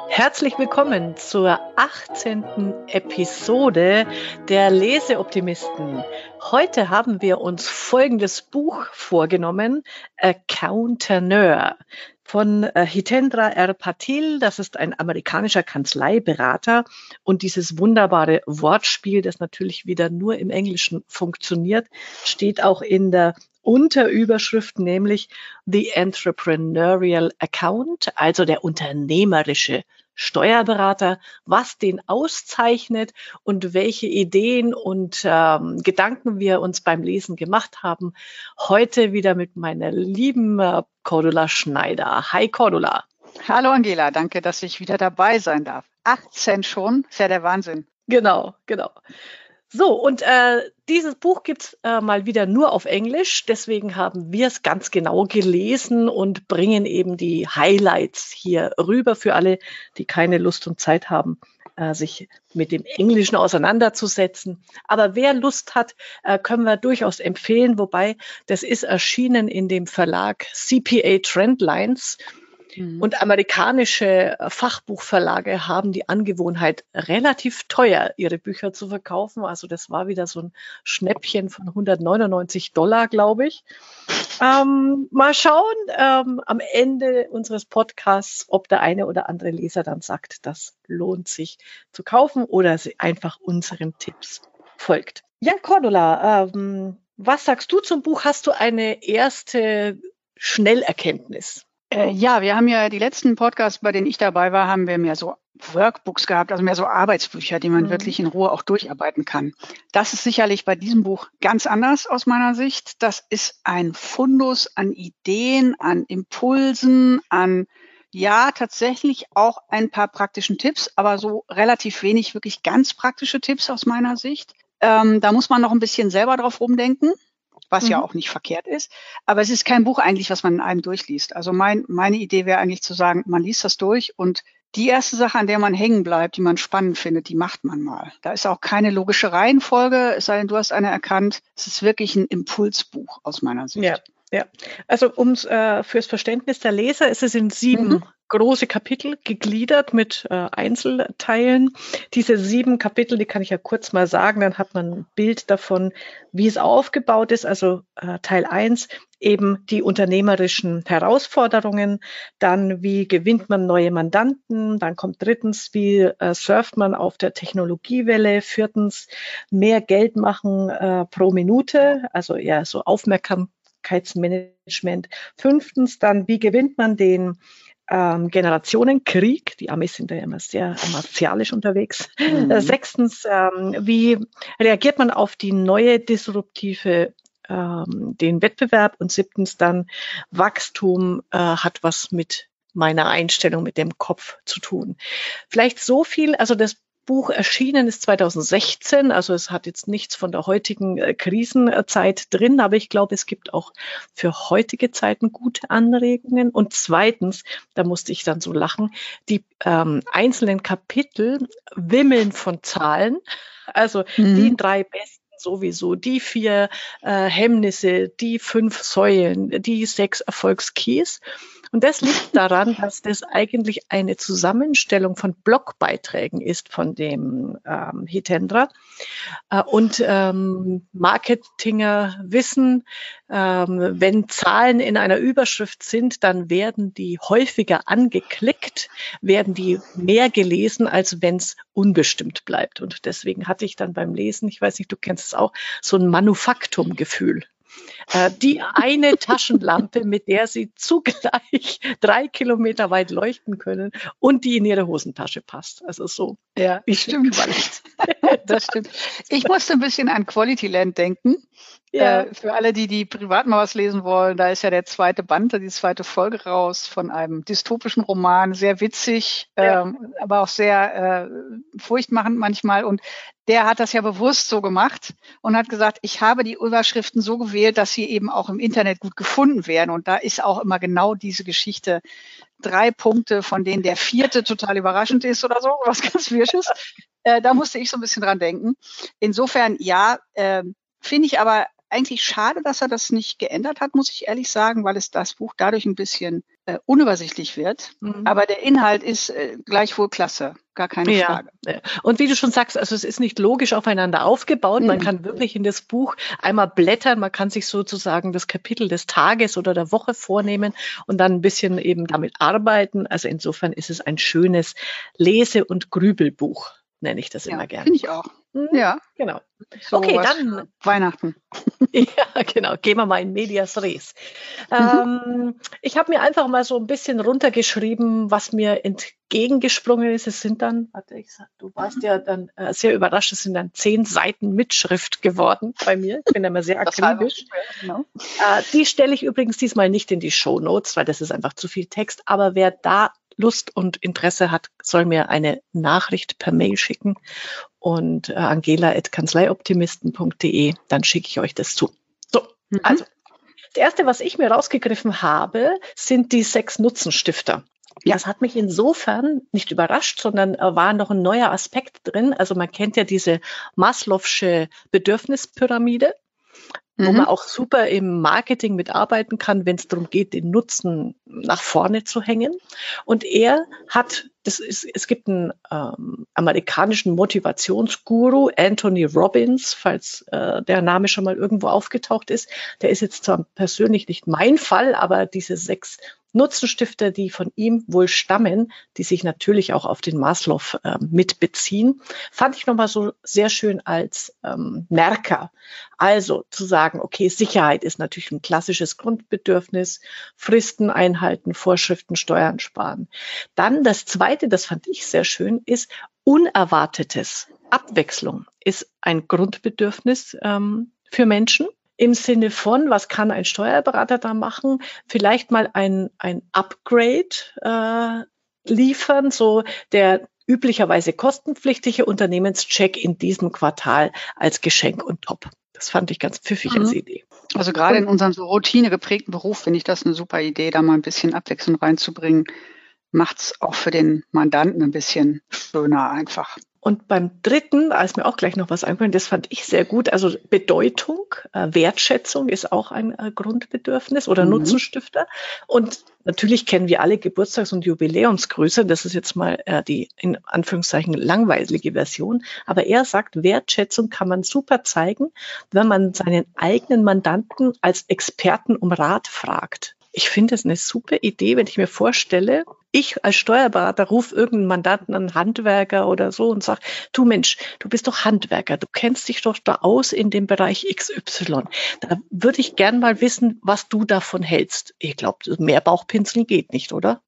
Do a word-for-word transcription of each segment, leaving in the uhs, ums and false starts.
Herzlich willkommen zur achtzehnten Episode der Leseoptimisten. Heute haben wir uns folgendes Buch vorgenommen, Accounterneur von äh, Hitendra R. Patil. Das ist ein amerikanischer Kanzleiberater und dieses wunderbare Wortspiel, das natürlich wieder nur im Englischen funktioniert, steht auch in der Unterüberschrift, nämlich The Entrepreneurial Account, also der unternehmerische Steuerberater, was den auszeichnet und welche Ideen und ähm, Gedanken wir uns beim Lesen gemacht haben. Heute wieder mit meiner lieben äh, Cordula Schneider. Hi Cordula. Hallo Angela, danke, dass ich wieder dabei sein darf. achtzehn schon, ist ja der Wahnsinn. Genau, genau. So, und äh, dieses Buch gibt's äh, mal wieder nur auf Englisch, deswegen haben wir es ganz genau gelesen und bringen eben die Highlights hier rüber für alle, die keine Lust und Zeit haben, äh, sich mit dem Englischen auseinanderzusetzen. Aber wer Lust hat, äh, können wir durchaus empfehlen, wobei das ist erschienen in dem Verlag C P A Trendlines. Und amerikanische Fachbuchverlage haben die Angewohnheit, relativ teuer ihre Bücher zu verkaufen. Also das war wieder so ein Schnäppchen von hundertneunundneunzig Dollar, glaube ich. Ähm, mal schauen ähm, am Ende unseres Podcasts, ob der eine oder andere Leser dann sagt, das lohnt sich zu kaufen oder sie einfach unseren Tipps folgt. Ja, Cordula, ähm, was sagst du zum Buch? Hast du eine erste Schnellerkenntnis? Äh, ja, wir haben ja die letzten Podcasts, bei denen ich dabei war, haben wir mehr so Workbooks gehabt, also mehr so Arbeitsbücher, die man mhm. wirklich in Ruhe auch durcharbeiten kann. Das ist sicherlich bei diesem Buch ganz anders aus meiner Sicht. Das ist ein Fundus an Ideen, an Impulsen, an, ja, tatsächlich auch ein paar praktischen Tipps, aber so relativ wenig wirklich ganz praktische Tipps aus meiner Sicht. Ähm, da muss man noch ein bisschen selber drauf rumdenken, was mhm. ja auch nicht verkehrt ist. Aber es ist kein Buch eigentlich, was man in einem durchliest. Also mein, meine Idee wäre eigentlich zu sagen, man liest das durch und die erste Sache, an der man hängen bleibt, die man spannend findet, die macht man mal. Da ist auch keine logische Reihenfolge, es sei denn, du hast eine erkannt. Es ist wirklich ein Impulsbuch aus meiner Sicht. Ja, ja. Also ums äh, fürs Verständnis der Leser ist es in sieben mhm. große Kapitel gegliedert mit äh, Einzelteilen. Diese sieben Kapitel, die kann ich ja kurz mal sagen, dann hat man ein Bild davon, wie es aufgebaut ist. Also äh, Teil eins, eben die unternehmerischen Herausforderungen, dann wie gewinnt man neue Mandanten, dann kommt drittens, wie äh, surft man auf der Technologiewelle, viertens, mehr Geld machen äh, pro Minute, also eher so Aufmerksamkeitsmanagement. Fünftens, dann wie gewinnt man den Ähm, Generationenkrieg. Die Amis sind ja immer sehr martialisch unterwegs. Mhm. Äh, sechstens, ähm, wie reagiert man auf die neue disruptive, ähm, den Wettbewerb? Und siebtens dann, Wachstum äh, hat was mit meiner Einstellung, mit dem Kopf zu tun. Vielleicht so viel, also das Buch erschienen ist zweitausendsechzehn, also es hat jetzt nichts von der heutigen äh, Krisenzeit drin, aber ich glaube, es gibt auch für heutige Zeiten gute Anregungen. Und zweitens, da musste ich dann so lachen, die ähm, einzelnen Kapitel wimmeln von Zahlen, also mhm. die drei besten sowieso, die vier äh, Hemmnisse, die fünf Säulen, die sechs Erfolgskeys. Und das liegt daran, dass das eigentlich eine Zusammenstellung von Blogbeiträgen ist von dem ähm, Hitendra. Äh, und ähm, Marketinger wissen, ähm, wenn Zahlen in einer Überschrift sind, dann werden die häufiger angeklickt, werden die mehr gelesen, als wenn es unbestimmt bleibt. Und deswegen hatte ich dann beim Lesen, ich weiß nicht, du kennst es auch, so ein Manufaktumgefühl. Die eine Taschenlampe, mit der sie zugleich drei Kilometer weit leuchten können und die in ihre Hosentasche passt. Also so. Ja, stimmt. Das stimmt. Ich musste ein bisschen an Quality Land denken. Ja. Äh, für alle, die, die privat mal was lesen wollen, da ist ja der zweite Band, die zweite Folge raus von einem dystopischen Roman, sehr witzig, ja. ähm, aber auch sehr äh, furchtmachend manchmal. Und der hat das ja bewusst so gemacht und hat gesagt, ich habe die Überschriften so gewählt, dass sie eben auch im Internet gut gefunden werden. Und da ist auch immer genau diese Geschichte, drei Punkte, von denen der vierte total überraschend ist oder so, was ganz Wirsches. Äh, da musste ich so ein bisschen dran denken. Insofern, ja, äh, finde ich aber eigentlich schade, dass er das nicht geändert hat, muss ich ehrlich sagen, weil es das Buch dadurch ein bisschen äh, unübersichtlich wird. Mhm. Aber der Inhalt ist äh, gleichwohl klasse, gar keine ja. Frage. Und wie du schon sagst, also es ist nicht logisch aufeinander aufgebaut. Mhm. Man kann wirklich in das Buch einmal blättern, man kann sich sozusagen das Kapitel des Tages oder der Woche vornehmen und dann ein bisschen eben damit arbeiten. Also insofern ist es ein schönes Lese- und Grübelbuch, nenne ich das ja, immer gerne. Finde ich auch. Mhm. Ja, genau. So okay, dann Weihnachten. Ja, genau. Gehen wir mal in medias res. Mhm. Ähm, ich habe mir einfach mal so ein bisschen runtergeschrieben, was mir entgegengesprungen ist. Es sind dann, warte, ich sag, du warst ja dann äh, sehr überrascht, es sind dann zehn Seiten Mitschrift geworden bei mir. Ich bin immer sehr akribisch. Genau. Äh, die stelle ich übrigens diesmal nicht in die Shownotes, weil das ist einfach zu viel Text. Aber wer da Lust und Interesse hat, soll mir eine Nachricht per Mail schicken und äh, angela at kanzleioptimisten punkt de, dann schicke ich euch das zu. So, mhm. also das Erste, was ich mir rausgegriffen habe, sind die sechs Nutzenstifter. Ja. Das hat mich insofern nicht überrascht, sondern äh, war noch ein neuer Aspekt drin. Also man kennt ja diese Maslow'sche Bedürfnispyramide, wo man auch super im Marketing mitarbeiten kann, wenn es darum geht, den Nutzen nach vorne zu hängen. Und er hat, das ist, es gibt einen ähm, amerikanischen Motivationsguru, Anthony Robbins, falls äh, der Name schon mal irgendwo aufgetaucht ist. Der ist jetzt zwar persönlich nicht mein Fall, aber diese sechs Nutzenstifter, die von ihm wohl stammen, die sich natürlich auch auf den Maslow äh, mitbeziehen, fand ich nochmal so sehr schön als ähm, Merker. Also zu sagen, okay, Sicherheit ist natürlich ein klassisches Grundbedürfnis, Fristen einhalten, Vorschriften, Steuern sparen. Dann das Zweite, das fand ich sehr schön, ist Unerwartetes. Abwechslung ist ein Grundbedürfnis ähm, für Menschen. Im Sinne von, was kann ein Steuerberater da machen? Vielleicht mal ein, ein Upgrade äh, liefern, so der üblicherweise kostenpflichtige Unternehmenscheck in diesem Quartal als Geschenk und top. Das fand ich ganz pfiffig mhm. als Idee. Also gerade und, in unserem so routinegeprägten Beruf finde ich das eine super Idee, da mal ein bisschen Abwechslung reinzubringen. Macht's auch für den Mandanten ein bisschen schöner einfach. Und beim dritten, da ist mir auch gleich noch was eingefallen, das fand ich sehr gut. Also Bedeutung, äh, Wertschätzung ist auch ein äh, Grundbedürfnis oder mhm. Nutzenstifter. Und natürlich kennen wir alle Geburtstags- und Jubiläumsgrüße. Das ist jetzt mal äh, die in Anführungszeichen langweilige Version. Aber er sagt, Wertschätzung kann man super zeigen, wenn man seinen eigenen Mandanten als Experten um Rat fragt. Ich finde es eine super Idee, wenn ich mir vorstelle, ich als Steuerberater rufe irgendeinen Mandanten, einen Handwerker oder so und sage, du Mensch, du bist doch Handwerker, du kennst dich doch da aus in dem Bereich X Y. Da würde ich gern mal wissen, was du davon hältst. Ich glaube, mehr Bauchpinseln geht nicht, oder?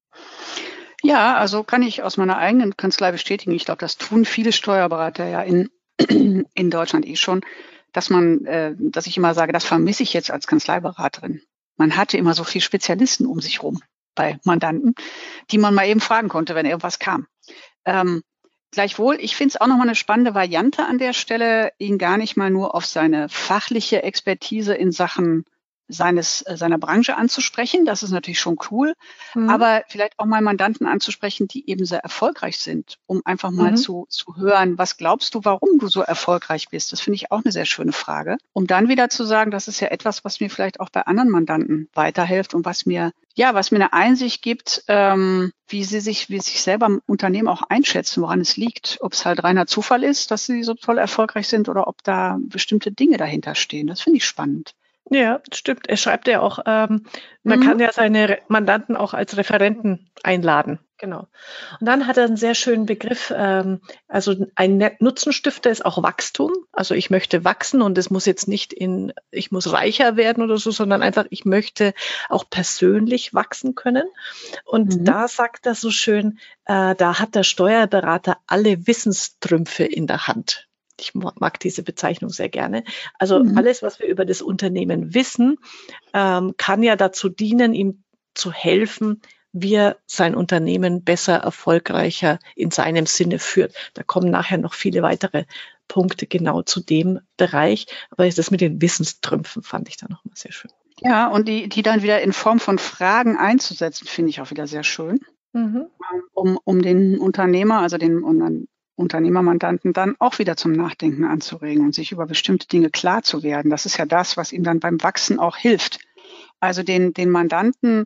Ja, also kann ich aus meiner eigenen Kanzlei bestätigen. Ich glaube, das tun viele Steuerberater ja in, in Deutschland eh schon, dass man, äh, dass ich immer sage, das vermisse ich jetzt als Kanzleiberaterin. Man hatte immer so viele Spezialisten um sich rum bei Mandanten, die man mal eben fragen konnte, wenn irgendwas kam. Ähm, gleichwohl, ich finde es auch nochmal eine spannende Variante an der Stelle, ihn gar nicht mal nur auf seine fachliche Expertise in Sachen seines äh, seiner Branche anzusprechen. Das ist natürlich schon cool, mhm. aber vielleicht auch mal Mandanten anzusprechen, die eben sehr erfolgreich sind, um einfach mal mhm. zu zu hören, was glaubst du, warum du so erfolgreich bist? Das finde ich auch eine sehr schöne Frage, um dann wieder zu sagen, das ist ja etwas, was mir vielleicht auch bei anderen Mandanten weiterhilft und was mir ja, was mir eine Einsicht gibt, ähm, wie sie sich, wie sie sich selber im Unternehmen auch einschätzen, woran es liegt, ob es halt reiner Zufall ist, dass sie so toll erfolgreich sind oder ob da bestimmte Dinge dahinter stehen. Das finde ich spannend. Ja, stimmt. Er schreibt ja auch, ähm, man mhm. kann ja seine Mandanten auch als Referenten einladen. Genau. Und dann hat er einen sehr schönen Begriff, ähm, also ein Nutzenstifter ist auch Wachstum. Also ich möchte wachsen und es muss jetzt nicht in, ich muss reicher werden oder so, sondern einfach, ich möchte auch persönlich wachsen können. Und mhm. da sagt er so schön, äh, da hat der Steuerberater alle Wissenstrümpfe in der Hand. Ich mag diese Bezeichnung sehr gerne. Also mhm. alles, was wir über das Unternehmen wissen, ähm, kann ja dazu dienen, ihm zu helfen, wie er sein Unternehmen besser, erfolgreicher in seinem Sinne führt. Da kommen nachher noch viele weitere Punkte genau zu dem Bereich. Aber das mit den Wissenstrümpfen fand ich da nochmal sehr schön. Ja, und die, die dann wieder in Form von Fragen einzusetzen, finde ich auch wieder sehr schön. Mhm. Um, um den Unternehmer, also den Unternehmermandanten dann auch wieder zum Nachdenken anzuregen und sich über bestimmte Dinge klar zu werden. Das ist ja das, was ihm dann beim Wachsen auch hilft. Also den, den Mandanten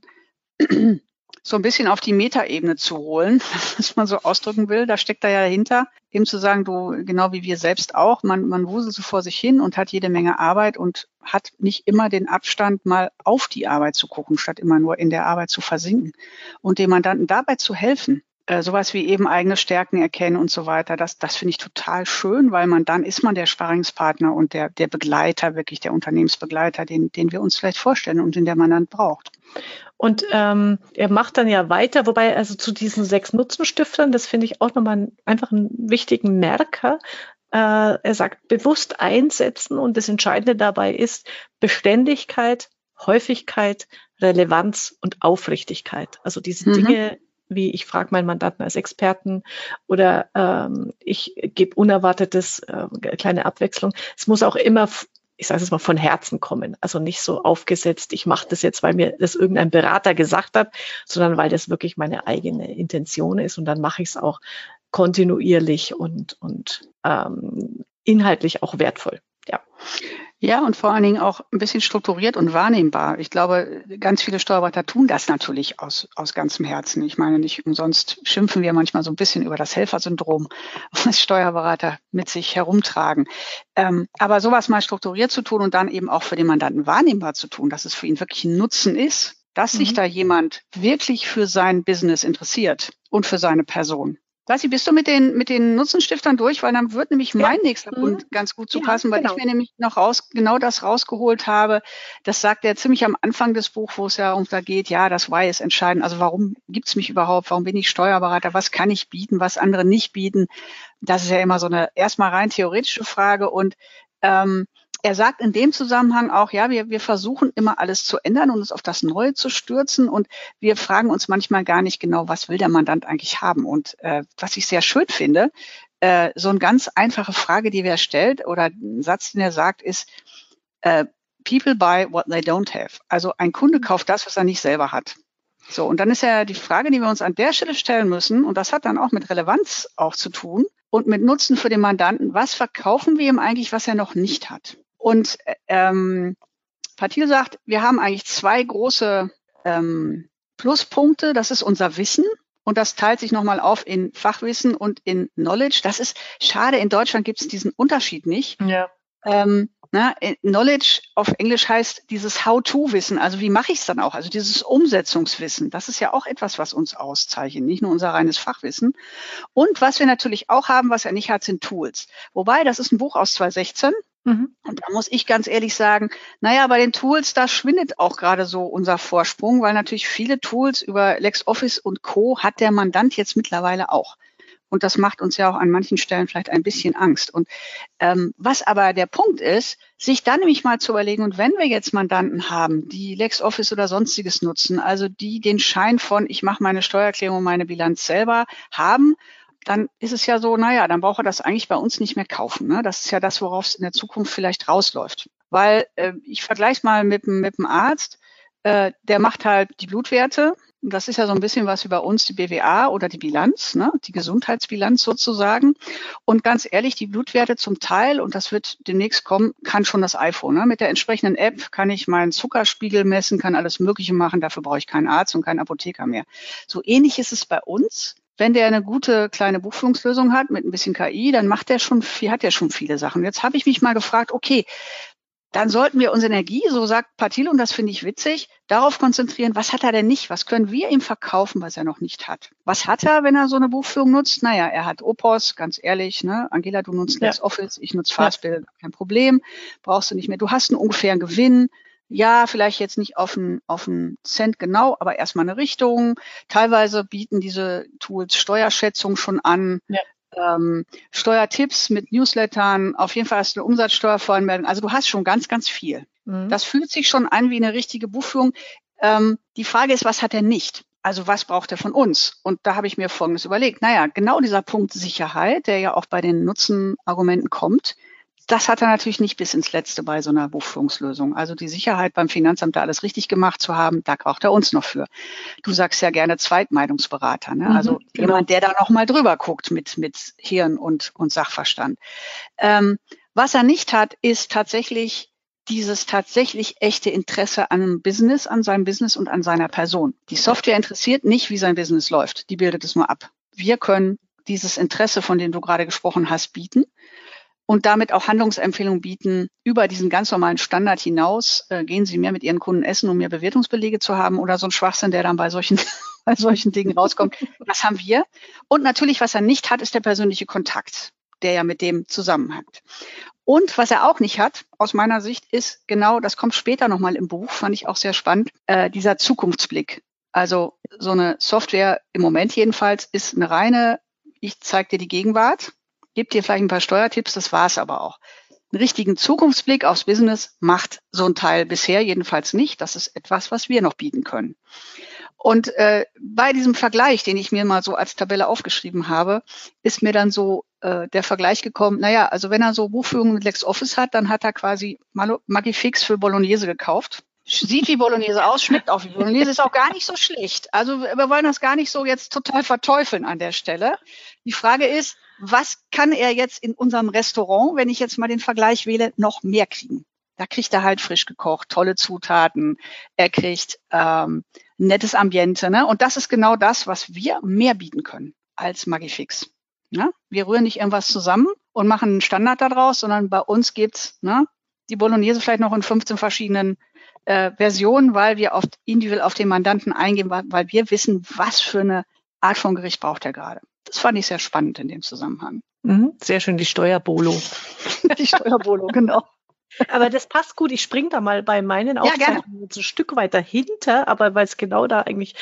so ein bisschen auf die Metaebene zu holen, was man so ausdrücken will, da steckt da ja dahinter, eben zu sagen, du, genau wie wir selbst auch, man, man wuselt so vor sich hin und hat jede Menge Arbeit und hat nicht immer den Abstand, mal auf die Arbeit zu gucken, statt immer nur in der Arbeit zu versinken. Und dem Mandanten dabei zu helfen, äh, sowas wie eben eigene Stärken erkennen und so weiter, das, das finde ich total schön, weil man dann ist man der Sparringspartner und der, der Begleiter, wirklich der Unternehmensbegleiter, den, den wir uns vielleicht vorstellen und den der Mandant braucht. Und ähm, er macht dann ja weiter, wobei also zu diesen sechs Nutzenstiftern, das finde ich auch nochmal einfach einen wichtigen Merker. Äh, er sagt, bewusst einsetzen und das Entscheidende dabei ist Beständigkeit, Häufigkeit, Relevanz und Aufrichtigkeit. Also diese mhm. Dinge, wie ich frage meinen Mandanten als Experten oder ähm, ich gebe unerwartetes, äh, kleine Abwechslung. Es muss auch immer ich sage es mal, von Herzen kommen. Also nicht so aufgesetzt, ich mache das jetzt, weil mir das irgendein Berater gesagt hat, sondern weil das wirklich meine eigene Intention ist. Und dann mache ich es auch kontinuierlich und, und ähm, inhaltlich auch wertvoll. Ja. Ja, und vor allen Dingen auch ein bisschen strukturiert und wahrnehmbar. Ich glaube, ganz viele Steuerberater tun das natürlich aus, aus ganzem Herzen. Ich meine, nicht umsonst schimpfen wir manchmal so ein bisschen über das Helfersyndrom, was Steuerberater mit sich herumtragen. Ähm, aber sowas mal strukturiert zu tun und dann eben auch für den Mandanten wahrnehmbar zu tun, dass es für ihn wirklich ein Nutzen ist, dass mhm. sich da jemand wirklich für sein Business interessiert und für seine Person. Lassi, bist du mit den, mit den Nutzenstiftern durch? Weil dann wird nämlich mein ja. nächster Punkt ganz gut zu ja, passen, weil genau. ich mir nämlich noch raus, genau das rausgeholt habe. Das sagt er ziemlich am Anfang des Buchs, wo es ja um da geht, ja, das Why ist entscheidend. Also warum gibt's mich überhaupt? Warum bin ich Steuerberater? Was kann ich bieten, was andere nicht bieten? Das ist ja immer so eine erstmal rein theoretische Frage. Und ähm, er sagt in dem Zusammenhang auch, ja, wir, wir versuchen immer alles zu ändern und uns auf das Neue zu stürzen und wir fragen uns manchmal gar nicht genau, was will der Mandant eigentlich haben. Und äh, was ich sehr schön finde, äh, so eine ganz einfache Frage, die er stellt oder ein Satz, den er sagt, ist, äh, people buy what they don't have. Also ein Kunde kauft das, was er nicht selber hat. So, und dann ist ja die Frage, die wir uns an der Stelle stellen müssen, und das hat dann auch mit Relevanz auch zu tun und mit Nutzen für den Mandanten, was verkaufen wir ihm eigentlich, was er noch nicht hat? Und ähm, Patil sagt, wir haben eigentlich zwei große ähm, Pluspunkte. Das ist unser Wissen und das teilt sich nochmal auf in Fachwissen und in Knowledge. Das ist schade, in Deutschland gibt es diesen Unterschied nicht. Ja. Ähm, na, Knowledge auf Englisch heißt dieses How-to-Wissen, also wie mache ich es dann auch, also dieses Umsetzungswissen. Das ist ja auch etwas, was uns auszeichnet, nicht nur unser reines Fachwissen. Und was wir natürlich auch haben, was er nicht hat, sind Tools. Wobei, das ist ein Buch aus zwanzig sechzehn. Mhm. Und da muss ich ganz ehrlich sagen, naja, bei den Tools, da schwindet auch gerade so unser Vorsprung, weil natürlich viele Tools über LexOffice und Co. hat der Mandant jetzt mittlerweile auch. Und das macht uns ja auch an manchen Stellen vielleicht ein bisschen Angst. Und ähm, was aber der Punkt ist, sich dann nämlich mal zu überlegen, und wenn wir jetzt Mandanten haben, die LexOffice oder sonstiges nutzen, also die den Schein von, ich mache meine Steuererklärung und meine Bilanz selber haben, dann ist es ja so, naja, dann braucht er das eigentlich bei uns nicht mehr kaufen. Ne? Das ist ja das, worauf es in der Zukunft vielleicht rausläuft. Weil äh, ich vergleiche es mal mit, mit dem Arzt, äh, der macht halt die Blutwerte. Und das ist ja so ein bisschen was wie bei uns die B W A oder die Bilanz, ne? Die Gesundheitsbilanz sozusagen. Und ganz ehrlich, die Blutwerte zum Teil, und das wird demnächst kommen, kann schon das iPhone. Ne? Mit der entsprechenden App kann ich meinen Zuckerspiegel messen, kann alles Mögliche machen. Dafür brauche ich keinen Arzt und keinen Apotheker mehr. So ähnlich ist es bei uns. Wenn der eine gute kleine Buchführungslösung hat mit ein bisschen K I, dann macht der schon viel, hat der schon viele Sachen. Jetzt habe ich mich mal gefragt, okay, dann sollten wir unsere Energie, so sagt Patil, und das finde ich witzig, darauf konzentrieren, was hat er denn nicht? Was können wir ihm verkaufen, was er noch nicht hat? Was hat er, wenn er so eine Buchführung nutzt? Naja, er hat Opos, ganz ehrlich, ne? Angela, du nutzt ja. LexOffice, ich nutze Fastbill, kein Problem, brauchst du nicht mehr. Du hast einen ungefähren Gewinn. Ja, vielleicht jetzt nicht auf einen, auf einen Cent genau, aber erstmal eine Richtung. Teilweise bieten diese Tools Steuerschätzung schon an, ja. ähm, Steuertipps mit Newslettern. Auf jeden Fall hast du eine Umsatzsteuervoranmeldung. Also du hast schon ganz, ganz viel. Mhm. Das fühlt sich schon an wie eine richtige Buchführung. Ähm, die Frage ist, was hat er nicht? Also was braucht er von uns? Und da habe ich mir Folgendes überlegt. Naja, genau dieser Punkt Sicherheit, der ja auch bei den Nutzenargumenten kommt. Das hat er natürlich nicht bis ins Letzte bei so einer Buchführungslösung. Also die Sicherheit beim Finanzamt, da alles richtig gemacht zu haben, da braucht er uns noch für. Du sagst ja gerne Zweitmeinungsberater, ne? Also Mhm, genau. jemand, der da noch mal drüber guckt mit, mit Hirn und, und Sachverstand. Ähm, was er nicht hat, ist tatsächlich dieses tatsächlich echte Interesse an einem Business, an seinem Business und an seiner Person. Die Software interessiert nicht, wie sein Business läuft. Die bildet es nur ab. Wir können dieses Interesse, von dem du gerade gesprochen hast, bieten und damit auch Handlungsempfehlungen bieten über diesen ganz normalen Standard hinaus. Äh, gehen Sie mehr mit Ihren Kunden essen, um mehr Bewertungsbelege zu haben oder so ein Schwachsinn, der dann bei solchen, bei solchen Dingen rauskommt. Das haben wir. Und natürlich, was er nicht hat, ist der persönliche Kontakt, der ja mit dem zusammenhängt. Und was er auch nicht hat, aus meiner Sicht, ist genau, das kommt später nochmal im Buch, fand ich auch sehr spannend, äh, dieser Zukunftsblick. Also so eine Software, im Moment jedenfalls, ist eine reine, ich zeige dir die Gegenwart, gebe dir vielleicht ein paar Steuertipps, das war's aber auch. Einen richtigen Zukunftsblick aufs Business macht so ein Teil bisher jedenfalls nicht. Das ist etwas, was wir noch bieten können. Und äh, bei diesem Vergleich, den ich mir mal so als Tabelle aufgeschrieben habe, ist mir dann so äh, der Vergleich gekommen, naja, also wenn er so Buchführung mit LexOffice hat, dann hat er quasi Magifix für Bolognese gekauft. Sieht wie Bolognese aus, schmeckt auch wie Bolognese, ist auch gar nicht so schlecht. Also wir wollen das gar nicht so jetzt total verteufeln an der Stelle. Die Frage ist, was kann er jetzt in unserem Restaurant, wenn ich jetzt mal den Vergleich wähle, noch mehr kriegen? Da kriegt er halt frisch gekocht, tolle Zutaten, er kriegt ähm, ein nettes Ambiente, ne? Und das ist genau das, was wir mehr bieten können als Magifix. Ne? Wir rühren nicht irgendwas zusammen und machen einen Standard daraus, sondern bei uns gibt's ne, die Bolognese vielleicht noch in fünfzehn verschiedenen äh, Versionen, weil wir oft individuell auf den Mandanten eingehen, weil, weil wir wissen, was für eine Art von Gericht braucht er gerade. Das fand ich sehr spannend in dem Zusammenhang. Mhm, sehr schön, die Steuerbolo. Die Steuerbolo, genau. Aber das passt gut. Ich springe da mal bei meinen Aufzeichnungen so ein Stück weiter hinter, aber weil es genau da eigentlich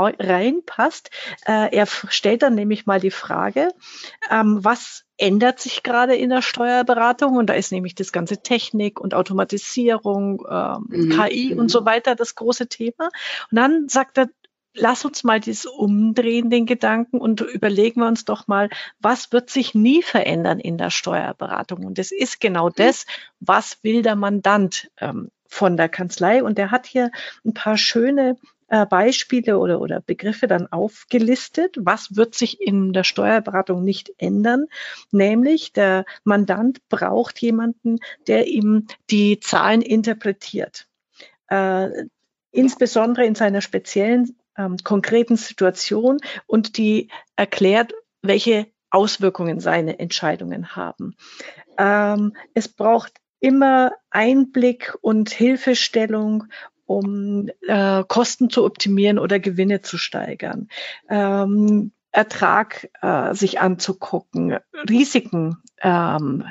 reinpasst. Äh, er stellt dann nämlich mal die Frage, ähm, was ändert sich gerade in der Steuerberatung? Und da ist nämlich das ganze Technik und Automatisierung, ähm, mhm. K I und so weiter das große Thema. Und dann sagt er, lass uns mal das umdrehen, den Gedanken, und überlegen wir uns doch mal, was wird sich nie verändern in der Steuerberatung? Und das ist genau das, was will der Mandant ähm, von der Kanzlei? Und er hat hier ein paar schöne äh, Beispiele oder, oder Begriffe dann aufgelistet. Was wird sich in der Steuerberatung nicht ändern? Nämlich der Mandant braucht jemanden, der ihm die Zahlen interpretiert. Äh, insbesondere in seiner speziellen Ähm, konkreten Situation und die erklärt, welche Auswirkungen seine Entscheidungen haben. Ähm, es braucht immer Einblick und Hilfestellung, um äh, Kosten zu optimieren oder Gewinne zu steigern. Ähm, Ertrag äh, sich anzugucken, Risiken ähm,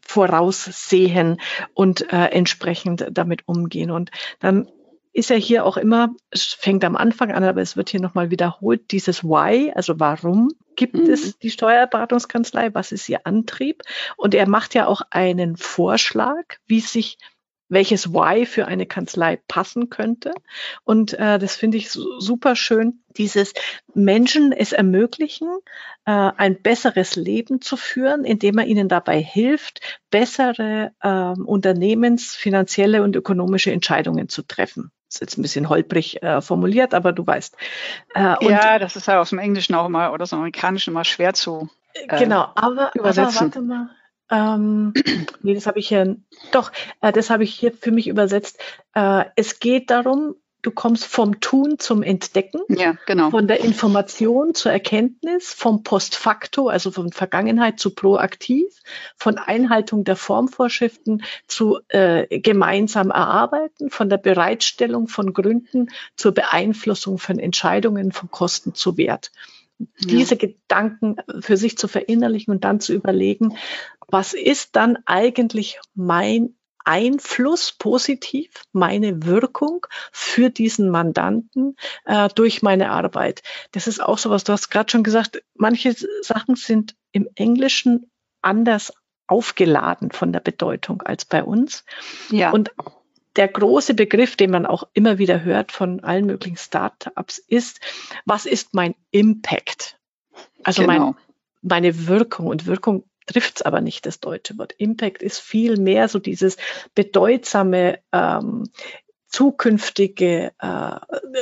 voraussehen und äh, entsprechend damit umgehen. Und dann ist ja hier auch immer, es fängt am Anfang an, aber es wird hier nochmal wiederholt, dieses Why, also warum gibt mhm. es die Steuerberatungskanzlei, was ist ihr Antrieb? Und er macht ja auch einen Vorschlag, wie sich welches Why für eine Kanzlei passen könnte. Und äh, das finde ich so, super schön, dieses Menschen es ermöglichen, äh, ein besseres Leben zu führen, indem er ihnen dabei hilft, bessere äh, Unternehmens-, finanzielle und ökonomische Entscheidungen zu treffen. Das ist jetzt ein bisschen holprig äh, formuliert, aber du weißt. Äh, und ja, das ist ja aus dem Englischen auch immer oder aus dem Amerikanischen immer schwer zu äh, genau, aber, übersetzen. aber warte mal. Ähm, nee, das habe ich hier, doch, äh, das habe ich hier für mich übersetzt. Äh, es geht darum, du kommst vom Tun zum Entdecken, ja, genau. Von der Information zur Erkenntnis, vom Postfakto, also von Vergangenheit zu proaktiv, von Einhaltung der Formvorschriften zu äh, gemeinsam erarbeiten, von der Bereitstellung von Gründen zur Beeinflussung von Entscheidungen, von Kosten zu Wert. Diese ja. Gedanken für sich zu verinnerlichen und dann zu überlegen, was ist dann eigentlich mein Einfluss positiv, meine Wirkung für diesen Mandanten äh, durch meine Arbeit. Das ist auch sowas, du hast gerade schon gesagt, manche Sachen sind im Englischen anders aufgeladen von der Bedeutung als bei uns. Ja. Und der große Begriff, den man auch immer wieder hört von allen möglichen Startups, ist, was ist mein Impact? Also genau. mein, meine Wirkung. Und Wirkung trifft es aber nicht, das deutsche Wort. Impact ist viel mehr so dieses bedeutsame, ähm, zukünftige, äh,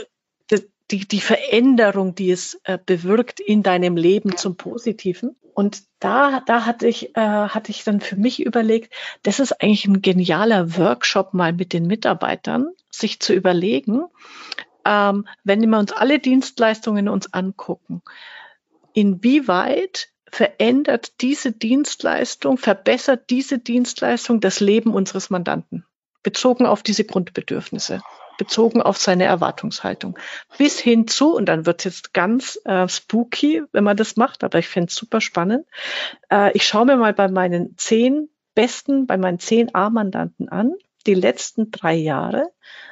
die, die Veränderung, die es äh, bewirkt in deinem Leben zum Positiven. Und da, da hatte ich, äh, hatte ich dann für mich überlegt, das ist eigentlich ein genialer Workshop mal mit den Mitarbeitern, sich zu überlegen, ähm, wenn wir uns alle Dienstleistungen uns angucken, inwieweit verändert diese Dienstleistung, verbessert diese Dienstleistung das Leben unseres Mandanten, bezogen auf diese Grundbedürfnisse, bezogen auf seine Erwartungshaltung, bis hin zu, und dann wird es jetzt ganz äh, spooky, wenn man das macht, aber ich fände es super spannend, äh, ich schaue mir mal bei meinen zehn besten, bei meinen zehn A-Mandanten an, die letzten drei Jahre,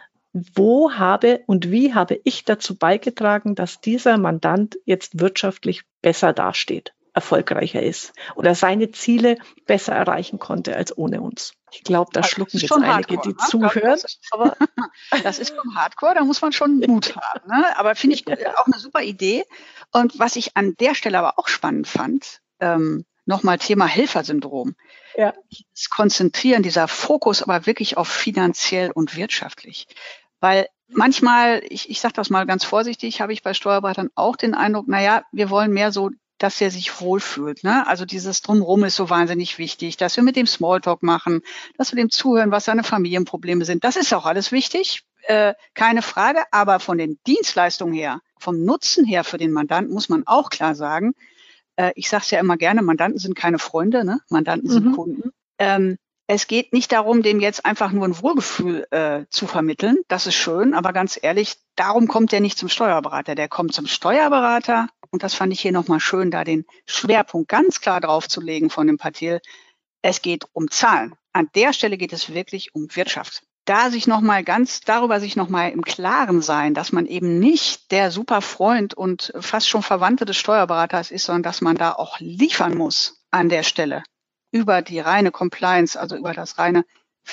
wo habe und wie habe ich dazu beigetragen, dass dieser Mandant jetzt wirtschaftlich besser dasteht, erfolgreicher ist oder seine Ziele besser erreichen konnte als ohne uns. Ich glaube, da Also schlucken das ist jetzt schon einige, Hardcore, die ne? zuhören. Das ist, Aber das ist schon Hardcore, da muss man schon Mut haben. Ne? Aber finde ich äh, auch eine super Idee. Und was ich an der Stelle aber auch spannend fand, ähm, nochmal Thema Helfersyndrom. ja, Das Konzentrieren, dieser Fokus aber wirklich auf finanziell und wirtschaftlich. Weil manchmal, ich, ich sage das mal ganz vorsichtig, habe ich bei Steuerberatern auch den Eindruck, naja, wir wollen mehr so, dass er sich wohlfühlt. Ne? Also dieses Drumherum ist so wahnsinnig wichtig, dass wir mit dem Smalltalk machen, dass wir dem zuhören, was seine Familienprobleme sind. Das ist auch alles wichtig, äh, keine Frage. Aber von den Dienstleistungen her, vom Nutzen her für den Mandanten muss man auch klar sagen, äh, ich sage es ja immer gerne, Mandanten sind keine Freunde, ne? Mandanten sind mhm. Kunden. Ähm, Es geht nicht darum, dem jetzt einfach nur ein Wohlgefühl äh, zu vermitteln. Das ist schön, aber ganz ehrlich, darum kommt der nicht zum Steuerberater. Der kommt zum Steuerberater. Und das fand ich hier nochmal schön, da den Schwerpunkt ganz klar drauf zu legen von dem Patil. Es geht um Zahlen. An der Stelle geht es wirklich um Wirtschaft. Da sich nochmal ganz, darüber sich nochmal im Klaren sein, dass man eben nicht der super Freund und fast schon Verwandte des Steuerberaters ist, sondern dass man da auch liefern muss an der Stelle. Über die reine Compliance, also über das reine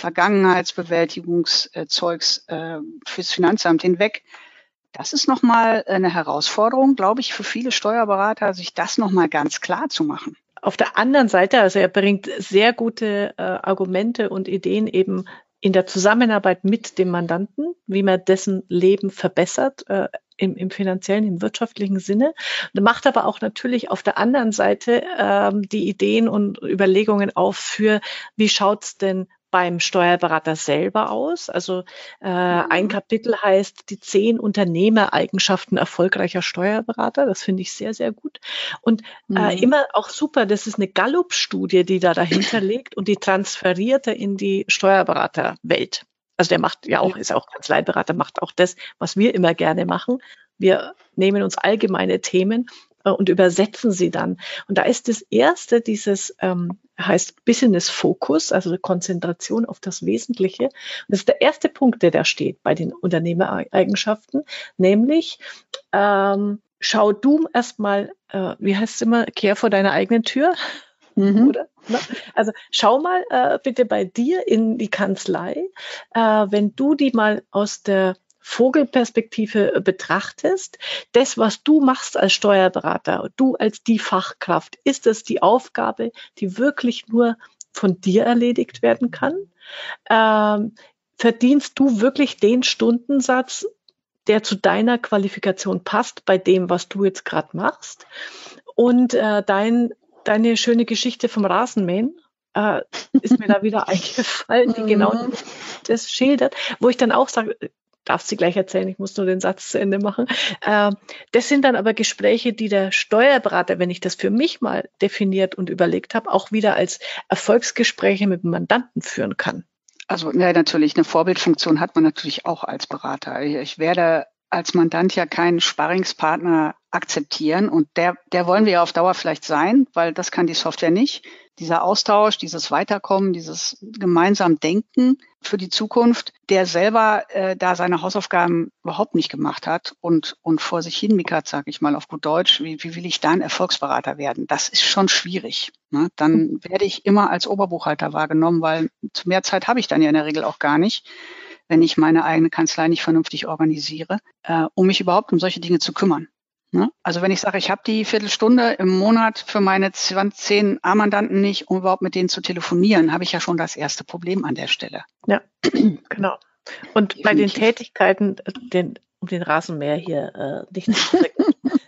Vergangenheitsbewältigungszeugs äh, fürs Finanzamt hinweg. Das ist nochmal eine Herausforderung, glaube ich, für viele Steuerberater, sich das nochmal ganz klar zu machen. Auf der anderen Seite, also er bringt sehr gute äh, Argumente und Ideen eben in der Zusammenarbeit mit dem Mandanten, wie man dessen Leben verbessert, äh, im, im finanziellen, im wirtschaftlichen Sinne. Und macht aber auch natürlich auf der anderen Seite ähm, die Ideen und Überlegungen auf für, wie schaut's denn beim Steuerberater selber aus? Also äh, mhm. ein Kapitel heißt die zehn Unternehmereigenschaften erfolgreicher Steuerberater. Das finde ich sehr, sehr gut. Und mhm. äh, immer auch super, das ist eine Gallup-Studie, die da dahinter liegt und die transferiert er in die Steuerberaterwelt. Also der macht ja auch, ist auch Kanzleiberater, macht auch das, was wir immer gerne machen. Wir nehmen uns allgemeine Themen äh, und übersetzen sie dann. Und da ist das erste, dieses ähm, heißt Business Focus, also Konzentration auf das Wesentliche. Und das ist der erste Punkt, der da steht bei den Unternehmereigenschaften, nämlich ähm, schau du erstmal, äh, wie heißt es immer, kehr vor deiner eigenen Tür. Mhm. Oder? Also schau mal äh, bitte bei dir in die Kanzlei, äh, wenn du die mal aus der Vogelperspektive betrachtest, das, was du machst als Steuerberater, du als die Fachkraft, ist das die Aufgabe, die wirklich nur von dir erledigt werden kann? Ähm, verdienst du wirklich den Stundensatz, der zu deiner Qualifikation passt, bei dem, was du jetzt gerade machst? Und äh, dein Deine schöne Geschichte vom Rasenmähen äh, ist mir da wieder eingefallen, die genau das schildert, wo ich dann auch sage, darf sie gleich erzählen, ich muss nur den Satz zu Ende machen. Äh, das sind dann aber Gespräche, die der Steuerberater, wenn ich das für mich mal definiert und überlegt habe, auch wieder als Erfolgsgespräche mit dem Mandanten führen kann. Also ja, natürlich, eine Vorbildfunktion hat man natürlich auch als Berater. Ich werde als Mandant ja keinen Sparringspartner akzeptieren und der, der wollen wir ja auf Dauer vielleicht sein, weil das kann die Software nicht. Dieser Austausch, dieses Weiterkommen, dieses gemeinsam Denken für die Zukunft, der selber äh, da seine Hausaufgaben überhaupt nicht gemacht hat und und vor sich hin mickert, sage ich mal auf gut Deutsch, wie, wie will ich da ein Erfolgsberater werden? Das ist schon schwierig. Ne? Dann werde ich immer als Oberbuchhalter wahrgenommen, weil zu mehr Zeit habe ich dann ja in der Regel auch gar nicht, wenn ich meine eigene Kanzlei nicht vernünftig organisiere, äh, um mich überhaupt um solche Dinge zu kümmern. Ne? Also wenn ich sage, ich habe die Viertelstunde im Monat für meine zehn A-Mandanten nicht, um überhaupt mit denen zu telefonieren, habe ich ja schon das erste Problem an der Stelle. Ja, genau. Und bei den Tätigkeiten, den, um den Rasenmäher hier äh, nicht zu drücken.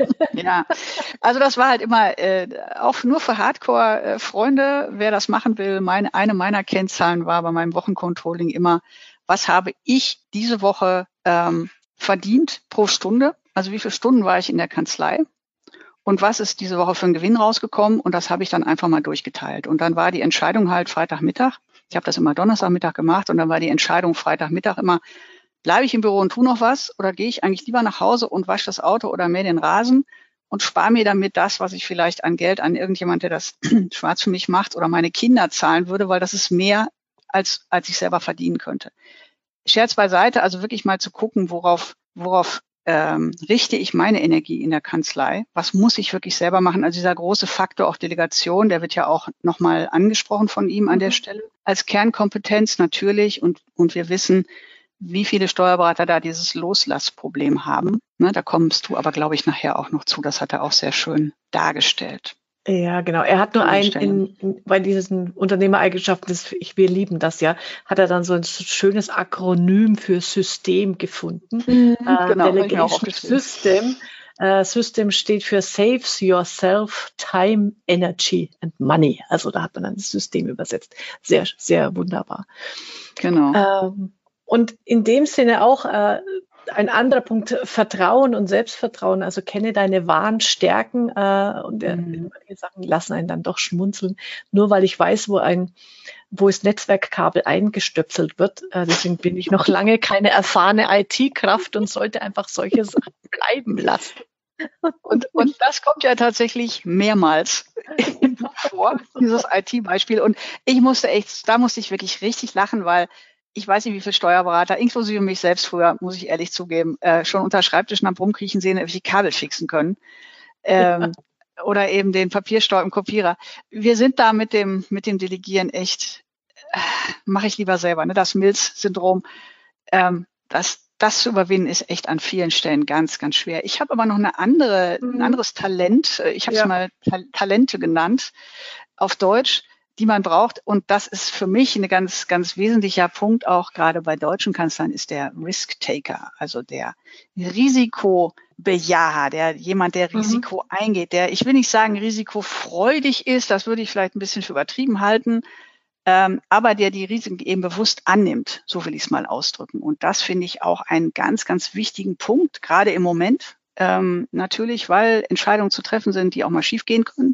Ja, also das war halt immer äh, auch nur für Hardcore-Freunde, wer das machen will. Meine, eine meiner Kennzahlen war bei meinem Wochencontrolling immer, was habe ich diese Woche ähm, verdient pro Stunde? Also wie viele Stunden war ich in der Kanzlei? Und was ist diese Woche für ein Gewinn rausgekommen? Und das habe ich dann einfach mal durchgeteilt. Und dann war die Entscheidung halt Freitagmittag. Ich habe das immer Donnerstagmittag gemacht und dann war die Entscheidung Freitagmittag immer, bleibe ich im Büro und tu noch was oder gehe ich eigentlich lieber nach Hause und wasche das Auto oder mähe den Rasen und spare mir damit das, was ich vielleicht an Geld an irgendjemand, der das schwarz für mich macht oder meine Kinder zahlen würde, weil das ist mehr, als, als ich selber verdienen könnte. Scherz beiseite, also wirklich mal zu gucken, worauf, worauf ähm, richte ich meine Energie in der Kanzlei? Was muss ich wirklich selber machen? Also dieser große Faktor auch Delegation, der wird ja auch nochmal angesprochen von ihm an der Stelle. Als Kernkompetenz natürlich und, und wir wissen, wie viele Steuerberater da dieses Loslassproblem haben. Ne, da kommst du aber, glaube ich, nachher auch noch zu. Das hat er auch sehr schön dargestellt. Ja, genau. Er hat nur ein, in, in, bei diesen Unternehmereigenschaften, das, ich, wir lieben das ja, hat er dann so ein schönes Akronym für System gefunden. Mhm, äh, genau, Delegation System. Äh, System steht für Saves Yourself Time, Energy and Money. Also da hat man dann das System übersetzt. Sehr, sehr wunderbar. Genau. Ähm, und in dem Sinne auch äh, ein anderer Punkt, Vertrauen und Selbstvertrauen. Also kenne deine wahren Stärken äh, und äh, Mhm. manche Sachen lassen einen dann doch schmunzeln. Nur weil ich weiß, wo ein wo das Netzwerkkabel eingestöpselt wird. Äh, deswegen bin ich noch lange keine erfahrene I T-Kraft und sollte einfach solche Sachen bleiben lassen. Und, und das kommt ja tatsächlich mehrmals im Buch vor, dieses I T-Beispiel. Und ich musste echt, da musste ich wirklich richtig lachen, weil ich weiß nicht, wie viele Steuerberater, inklusive mich selbst früher, muss ich ehrlich zugeben, äh, schon unter Schreibtischen am Rumkriechen sehen, welche Kabel fixen können. Ähm, ja. Oder eben den Papierstau im Kopierer. Wir sind da mit dem, mit dem Delegieren echt, äh, mache ich lieber selber, ne? Das Milz-Syndrom, ähm, das, das zu überwinden, ist echt an vielen Stellen ganz, ganz schwer. Ich habe aber noch eine andere, mhm. ein anderes Talent. Ich habe es ja. mal Ta- Talente genannt auf Deutsch, die man braucht. Und das ist für mich ein ganz, ganz wesentlicher Punkt, auch gerade bei deutschen Kanzleien, ist der Risk-Taker, also der Risikobejaher, der jemand, der Risiko mhm. eingeht, der, ich will nicht sagen, risikofreudig ist, das würde ich vielleicht ein bisschen für übertrieben halten, ähm, aber der die Risiken eben bewusst annimmt, so will ich es mal ausdrücken. Und das finde ich auch einen ganz, ganz wichtigen Punkt, gerade im Moment, ähm, natürlich, weil Entscheidungen zu treffen sind, die auch mal schiefgehen können.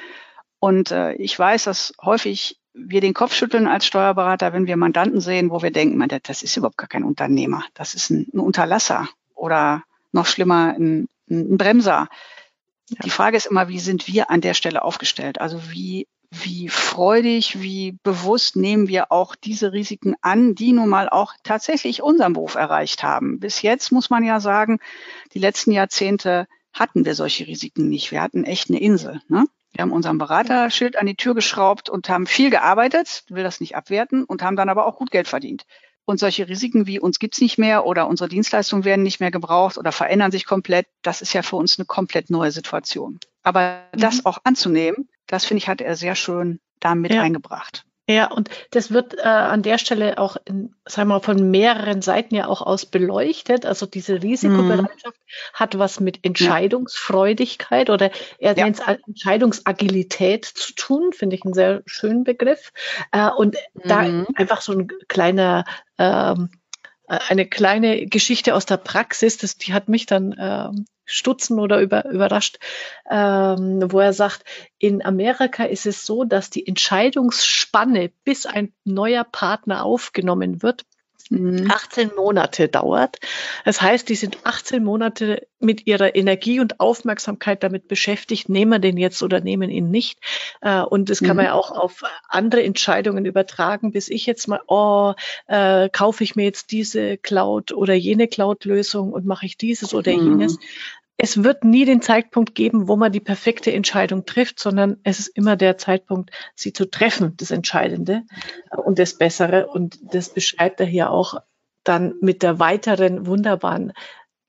Und äh, ich weiß, dass häufig wir den Kopf schütteln als Steuerberater, wenn wir Mandanten sehen, wo wir denken, man, das ist überhaupt gar kein Unternehmer, das ist ein, ein Unterlasser oder noch schlimmer, ein, ein Bremser. Ja. Die Frage ist immer, wie sind wir an der Stelle aufgestellt? Also wie, wie freudig, wie bewusst nehmen wir auch diese Risiken an, die nun mal auch tatsächlich unseren Beruf erreicht haben. Bis jetzt muss man ja sagen, die letzten Jahrzehnte hatten wir solche Risiken nicht. Wir hatten echt eine Insel, ne? Wir haben unserem Beraterschild an die Tür geschraubt und haben viel gearbeitet, will das nicht abwerten, und haben dann aber auch gut Geld verdient. Und solche Risiken wie uns gibt's nicht mehr oder unsere Dienstleistungen werden nicht mehr gebraucht oder verändern sich komplett, das ist ja für uns eine komplett neue Situation. Aber mhm. das auch anzunehmen, das finde ich, hat er sehr schön damit ja. eingebracht. Ja, und das wird äh, an der Stelle auch, in, sagen wir mal, von mehreren Seiten ja auch aus beleuchtet. Also diese Risikobereitschaft mhm. hat was mit Entscheidungsfreudigkeit ja. oder er ja. nennt es Entscheidungsagilität zu tun, finde ich einen sehr schönen Begriff. Äh, und mhm. da einfach so ein kleiner, ähm, eine kleine Geschichte aus der Praxis, das, die hat mich dann ähm, stutzen oder über, überrascht, ähm, wo er sagt, in Amerika ist es so, dass die Entscheidungsspanne, bis ein neuer Partner aufgenommen wird, mhm. achtzehn Monate dauert. Das heißt, die sind achtzehn Monate mit ihrer Energie und Aufmerksamkeit damit beschäftigt, nehmen wir den jetzt oder nehmen ihn nicht. Und das kann mhm. man ja auch auf andere Entscheidungen übertragen, bis ich jetzt mal, oh, äh, kaufe ich mir jetzt diese Cloud oder jene Cloud-Lösung und mache ich dieses oder mhm. jenes. Es wird nie den Zeitpunkt geben, wo man die perfekte Entscheidung trifft, sondern es ist immer der Zeitpunkt, sie zu treffen, das Entscheidende und das Bessere. Und das beschreibt er hier auch dann mit der weiteren wunderbaren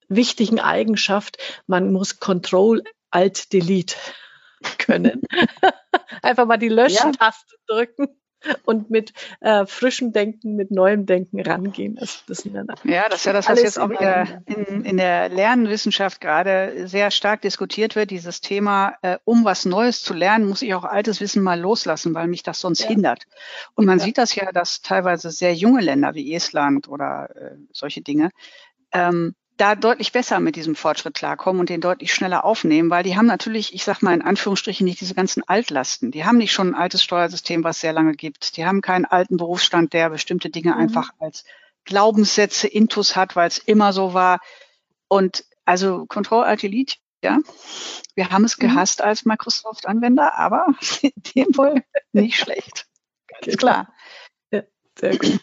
wichtigen Eigenschaft, man muss Control-Alt-Delete können. Einfach mal die Löschtaste ja. drücken und mit äh, frischem Denken, mit neuem Denken rangehen. Das, das sind dann ja, das ist ja das, was jetzt auch in der, in, in der Lernwissenschaft gerade sehr stark diskutiert wird, dieses Thema, äh, um was Neues zu lernen, muss ich auch altes Wissen mal loslassen, weil mich das sonst ja. hindert. Und man ja. sieht das ja, dass teilweise sehr junge Länder wie Estland oder äh, solche Dinge ähm, da deutlich besser mit diesem Fortschritt klarkommen und den deutlich schneller aufnehmen, weil die haben natürlich, ich sag mal in Anführungsstrichen, nicht diese ganzen Altlasten. Die haben nicht schon ein altes Steuersystem, was sehr lange gibt. Die haben keinen alten Berufsstand, der bestimmte Dinge mhm. einfach als Glaubenssätze intus hat, weil es immer so war. Und also Control-Alt-Delete, ja, wir haben es gehasst mhm. als Microsoft-Anwender, aber dem wohl nicht schlecht. Ganz klar. Ja, sehr gut.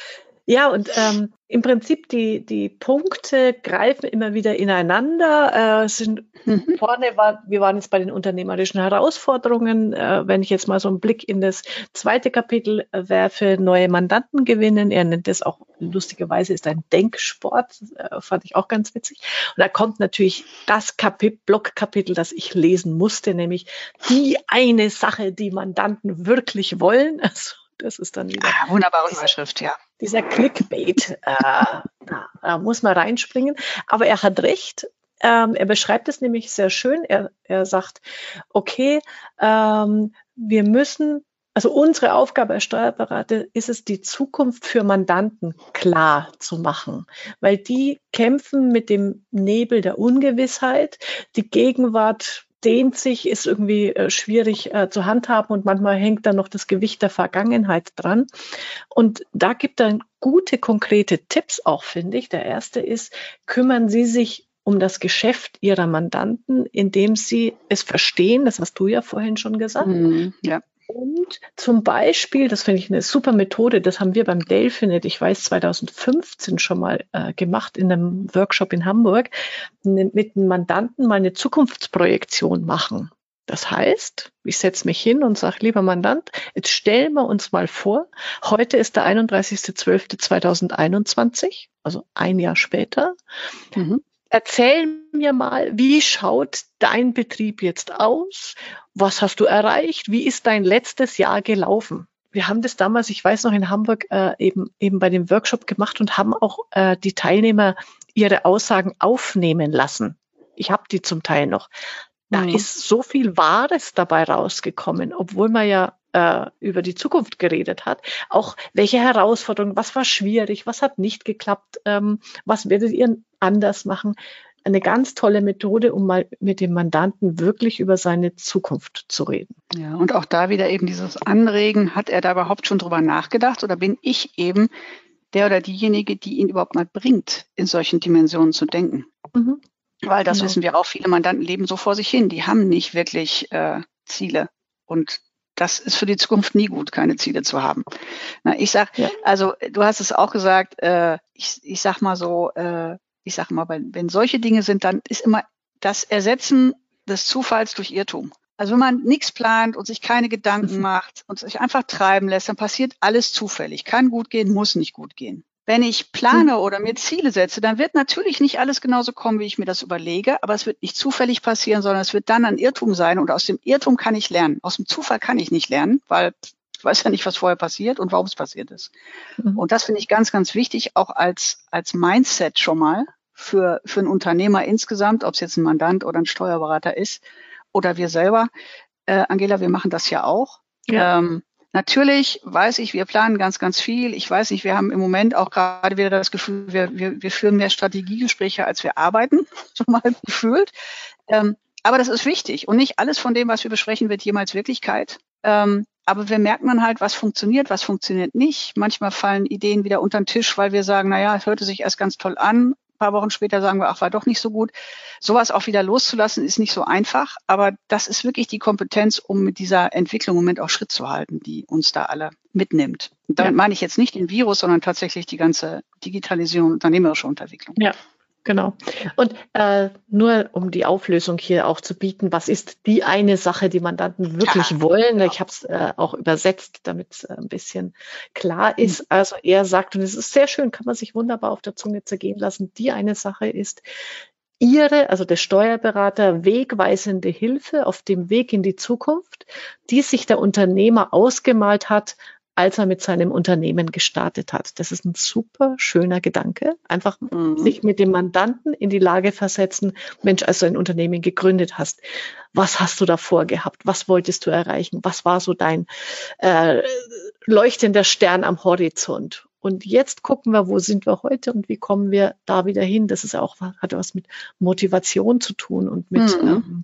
Ja, und ähm, im Prinzip die, die Punkte greifen immer wieder ineinander. Äh, sind mhm. vorne war, wir waren jetzt bei den unternehmerischen Herausforderungen. Äh, wenn ich jetzt mal so einen Blick in das zweite Kapitel äh, werfe, neue Mandanten gewinnen. Er nennt das auch lustigerweise ist ein Denksport. Äh, fand ich auch ganz witzig. Und da kommt natürlich das Kapitel, Blockkapitel, das ich lesen musste, nämlich die eine Sache, die Mandanten wirklich wollen. Also, das ist dann wieder ah, wunderbare Überschrift, ja. Dieser Clickbait, äh, da, da muss man reinspringen. Aber er hat recht. Ähm, er beschreibt es nämlich sehr schön. Er, er sagt, okay, ähm, wir müssen, also unsere Aufgabe als Steuerberater ist es, die Zukunft für Mandanten klar zu machen, weil die kämpfen mit dem Nebel der Ungewissheit. Die Gegenwart dehnt sich, ist irgendwie äh, schwierig äh, zu handhaben und manchmal hängt dann noch das Gewicht der Vergangenheit dran. Und da gibt er gute, konkrete Tipps auch, finde ich. Der erste ist, kümmern Sie sich um das Geschäft Ihrer Mandanten, indem Sie es verstehen. Das hast du ja vorhin schon gesagt. Mhm, ja. Und zum Beispiel, das finde ich eine super Methode, das haben wir beim Delphinet, ich weiß, zwanzig fünfzehn schon mal äh, gemacht in einem Workshop in Hamburg, ne, mit einem Mandanten mal eine Zukunftsprojektion machen. Das heißt, ich setze mich hin und sage, lieber Mandant, jetzt stellen wir uns mal vor, heute ist der einunddreißigster zwölfter zweitausendeinundzwanzig, also ein Jahr später. Mhm. Erzähl mir mal, wie schaut dein Betrieb jetzt aus? Was hast du erreicht? Wie ist dein letztes Jahr gelaufen? Wir haben das damals, ich weiß noch, in Hamburg äh, eben eben bei dem Workshop gemacht und haben auch äh, die Teilnehmer ihre Aussagen aufnehmen lassen. Ich habe die zum Teil noch. Da mhm. ist so viel Wahres dabei rausgekommen, obwohl man ja äh, über die Zukunft geredet hat. Auch welche Herausforderungen, was war schwierig, was hat nicht geklappt, ähm, was werdet ihr anders machen? Eine ganz tolle Methode, um mal mit dem Mandanten wirklich über seine Zukunft zu reden. Ja, und auch da wieder eben dieses Anregen, hat er da überhaupt schon drüber nachgedacht oder bin ich eben der oder diejenige, die ihn überhaupt mal bringt, in solchen Dimensionen zu denken? Mhm. Weil das genau. wissen wir auch, viele Mandanten leben so vor sich hin, die haben nicht wirklich äh, Ziele und das ist für die Zukunft nie gut, keine Ziele zu haben. Na, ich sag, ja. also du hast es auch gesagt, äh, ich, ich sag mal so, äh, ich sag mal, wenn, wenn solche Dinge sind, dann ist immer das Ersetzen des Zufalls durch Irrtum. Also wenn man nichts plant und sich keine Gedanken macht und sich einfach treiben lässt, dann passiert alles zufällig. Kann gut gehen, muss nicht gut gehen. Wenn ich plane oder mir Ziele setze, dann wird natürlich nicht alles genauso kommen, wie ich mir das überlege, aber es wird nicht zufällig passieren, sondern es wird dann ein Irrtum sein und aus dem Irrtum kann ich lernen. Aus dem Zufall kann ich nicht lernen, weil ich weiß ja nicht, was vorher passiert und warum es passiert ist. Mhm. Und das finde ich ganz, ganz wichtig, auch als, als Mindset schon mal für, für einen Unternehmer insgesamt, ob es jetzt ein Mandant oder ein Steuerberater ist oder wir selber. Äh, Angela, wir machen das ja auch. Ja. Ähm, Natürlich weiß ich, wir planen ganz, ganz viel. Ich weiß nicht, wir haben im Moment auch gerade wieder das Gefühl, wir, wir, wir führen mehr Strategiegespräche, als wir arbeiten, schon mal gefühlt. Ähm, aber das ist wichtig und nicht alles von dem, was wir besprechen, wird jemals Wirklichkeit. Ähm, aber wir merken dann halt, was funktioniert, was funktioniert nicht. Manchmal fallen Ideen wieder unter den Tisch, weil wir sagen, naja, es hörte sich erst ganz toll an. Ein paar Wochen später sagen wir, ach, war doch nicht so gut. Sowas auch wieder loszulassen, ist nicht so einfach. Aber das ist wirklich die Kompetenz, um mit dieser Entwicklung im Moment auch Schritt zu halten, die uns da alle mitnimmt. Und damit ja. meine ich jetzt nicht den Virus, sondern tatsächlich die ganze Digitalisierung und unternehmerische Entwicklung. Ja, Genau. Und äh, nur um die Auflösung hier auch zu bieten, was ist die eine Sache, die Mandanten wirklich Ja, wollen? genau. Ich habe es äh, auch übersetzt, damit es äh, ein bisschen klar ist. Also er sagt, und es ist sehr schön, kann man sich wunderbar auf der Zunge zergehen lassen, die eine Sache ist, Ihre, also der Steuerberater, wegweisende Hilfe auf dem Weg in die Zukunft, die sich der Unternehmer ausgemalt hat, als er mit seinem Unternehmen gestartet hat. Das ist ein super schöner Gedanke. Einfach Mhm. sich mit dem Mandanten in die Lage versetzen, Mensch, als du ein Unternehmen gegründet hast, was hast du davor gehabt? Was wolltest du erreichen? Was war so dein äh, leuchtender Stern am Horizont? Und jetzt gucken wir, wo sind wir heute und wie kommen wir da wieder hin? Das ist auch, hat was mit Motivation zu tun und mit Mhm. ähm,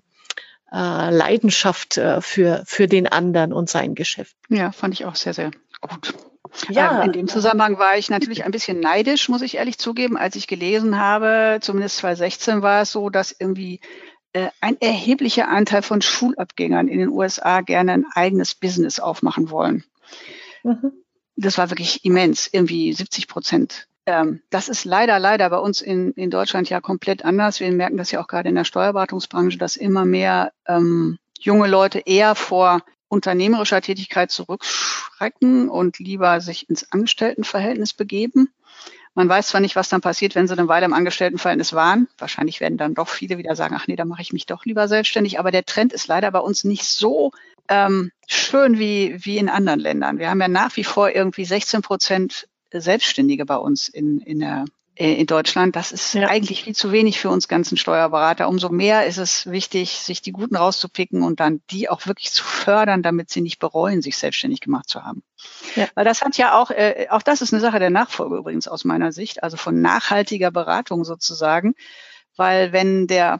äh, Leidenschaft äh, für, für den anderen und sein Geschäft. Ja, fand ich auch sehr, sehr gut. Ja, ähm, in dem Zusammenhang war ich natürlich ein bisschen neidisch, muss ich ehrlich zugeben, als ich gelesen habe, zumindest zwanzig sechzehn war es so, dass irgendwie äh, ein erheblicher Anteil von Schulabgängern in den U S A gerne ein eigenes Business aufmachen wollen. Mhm. Das war wirklich immens, irgendwie siebzig Prozent. Ähm, das ist leider, leider bei uns in, in Deutschland ja komplett anders. Wir merken das ja auch gerade in der Steuerberatungsbranche, dass immer mehr ähm, junge Leute eher vor unternehmerischer Tätigkeit zurückschrecken und lieber sich ins Angestelltenverhältnis begeben. Man weiß zwar nicht, was dann passiert, wenn sie eine Weile im Angestelltenverhältnis waren. Wahrscheinlich werden dann doch viele wieder sagen, ach nee, da mache ich mich doch lieber selbstständig. Aber der Trend ist leider bei uns nicht so ähm, schön wie, wie in anderen Ländern. Wir haben ja nach wie vor irgendwie sechzehn Prozent Selbstständige bei uns in, in, der, in Deutschland. Das ist Ja. eigentlich viel zu wenig für uns ganzen Steuerberater. Umso mehr ist es wichtig, sich die Guten rauszupicken und dann die auch wirklich zu fördern, damit sie nicht bereuen, sich selbstständig gemacht zu haben. Ja. Weil das hat ja auch, äh, auch das ist eine Sache der Nachfolge übrigens aus meiner Sicht, also von nachhaltiger Beratung sozusagen. Weil wenn der,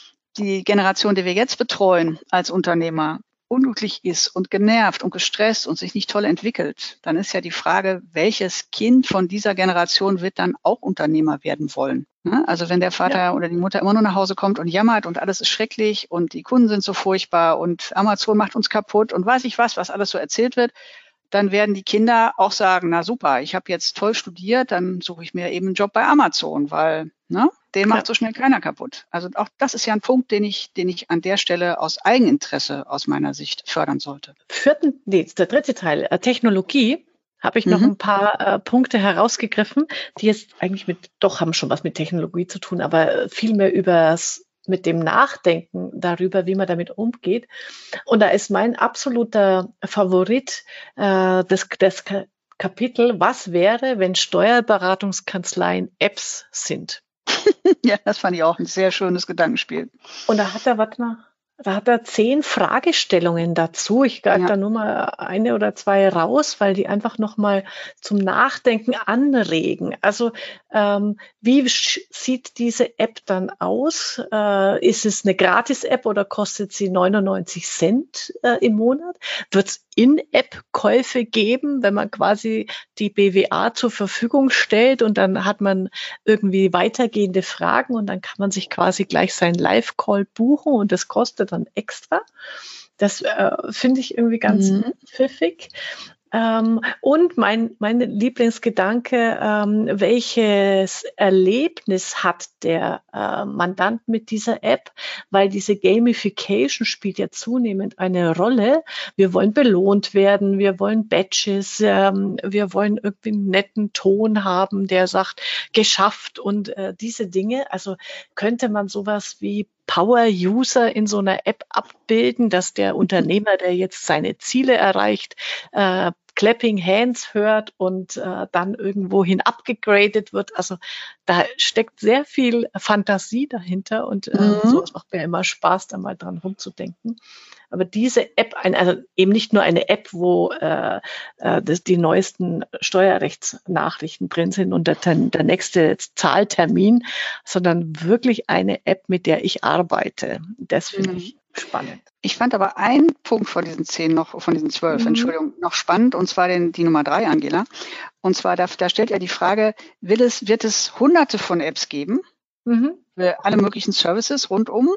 die Generation, die wir jetzt betreuen als Unternehmer, unglücklich ist und genervt und gestresst und sich nicht toll entwickelt, dann ist ja die Frage, welches Kind von dieser Generation wird dann auch Unternehmer werden wollen? Also wenn der Vater ja. oder die Mutter immer nur nach Hause kommt und jammert und alles ist schrecklich und die Kunden sind so furchtbar und Amazon macht uns kaputt und weiß ich was, was alles so erzählt wird, dann werden die Kinder auch sagen, na super, ich habe jetzt toll studiert, dann suche ich mir eben einen Job bei Amazon, weil ne, den macht ja. so schnell keiner kaputt. Also auch das ist ja ein Punkt, den ich, den ich an der Stelle aus Eigeninteresse aus meiner Sicht fördern sollte. Vierten, nee, der dritte Teil, äh, Technologie, habe ich noch mhm. ein paar äh, Punkte herausgegriffen, die jetzt eigentlich mit, doch haben schon was mit Technologie zu tun, aber viel mehr übers mit dem Nachdenken darüber, wie man damit umgeht. Und da ist mein absoluter Favorit äh, das, das Kapitel, was wäre, wenn Steuerberatungskanzleien Apps sind? Ja, das fand ich auch ein sehr schönes Gedankenspiel. Und da hat er, warte mal, da hat er zehn Fragestellungen dazu. Ich greife ja. da nur mal eine oder zwei raus, weil die einfach nochmal zum Nachdenken anregen. Also ähm, wie sieht diese App dann aus? Äh, ist es eine Gratis-App oder kostet sie neunundneunzig Cent äh, im Monat? Wird es In-App-Käufe geben, wenn man quasi die B W A zur Verfügung stellt und dann hat man irgendwie weitergehende Fragen und dann kann man sich quasi gleich seinen Live-Call buchen und das kostet dann extra. Das äh, finde ich irgendwie ganz mhm. pfiffig. Ähm, und mein, mein Lieblingsgedanke, ähm, welches Erlebnis hat der äh, Mandant mit dieser App? Weil diese Gamification spielt ja zunehmend eine Rolle. Wir wollen belohnt werden, wir wollen Badges, ähm, wir wollen irgendwie einen netten Ton haben, der sagt, geschafft und äh, diese Dinge. Also könnte man sowas wie Power-User in so einer App abbilden, dass der Unternehmer, der jetzt seine Ziele erreicht, äh, Clapping Hands hört und äh, dann irgendwohin abgegradet wird. Also da steckt sehr viel Fantasie dahinter und äh, mhm. sowas macht mir immer Spaß, da mal dran rumzudenken. Aber diese App, also eben nicht nur eine App, wo äh, das, die neuesten Steuerrechtsnachrichten drin sind und der, der nächste Zahltermin, sondern wirklich eine App, mit der ich arbeite. Das finde mhm. ich spannend. Ich fand aber einen Punkt von diesen zehn noch, von diesen zwölf, mhm. Entschuldigung, noch spannend, und zwar den, die Nummer drei, Angela. Und zwar, da, da stellt er die Frage, will es, wird es hunderte von Apps geben, mhm. für alle möglichen Services rundum?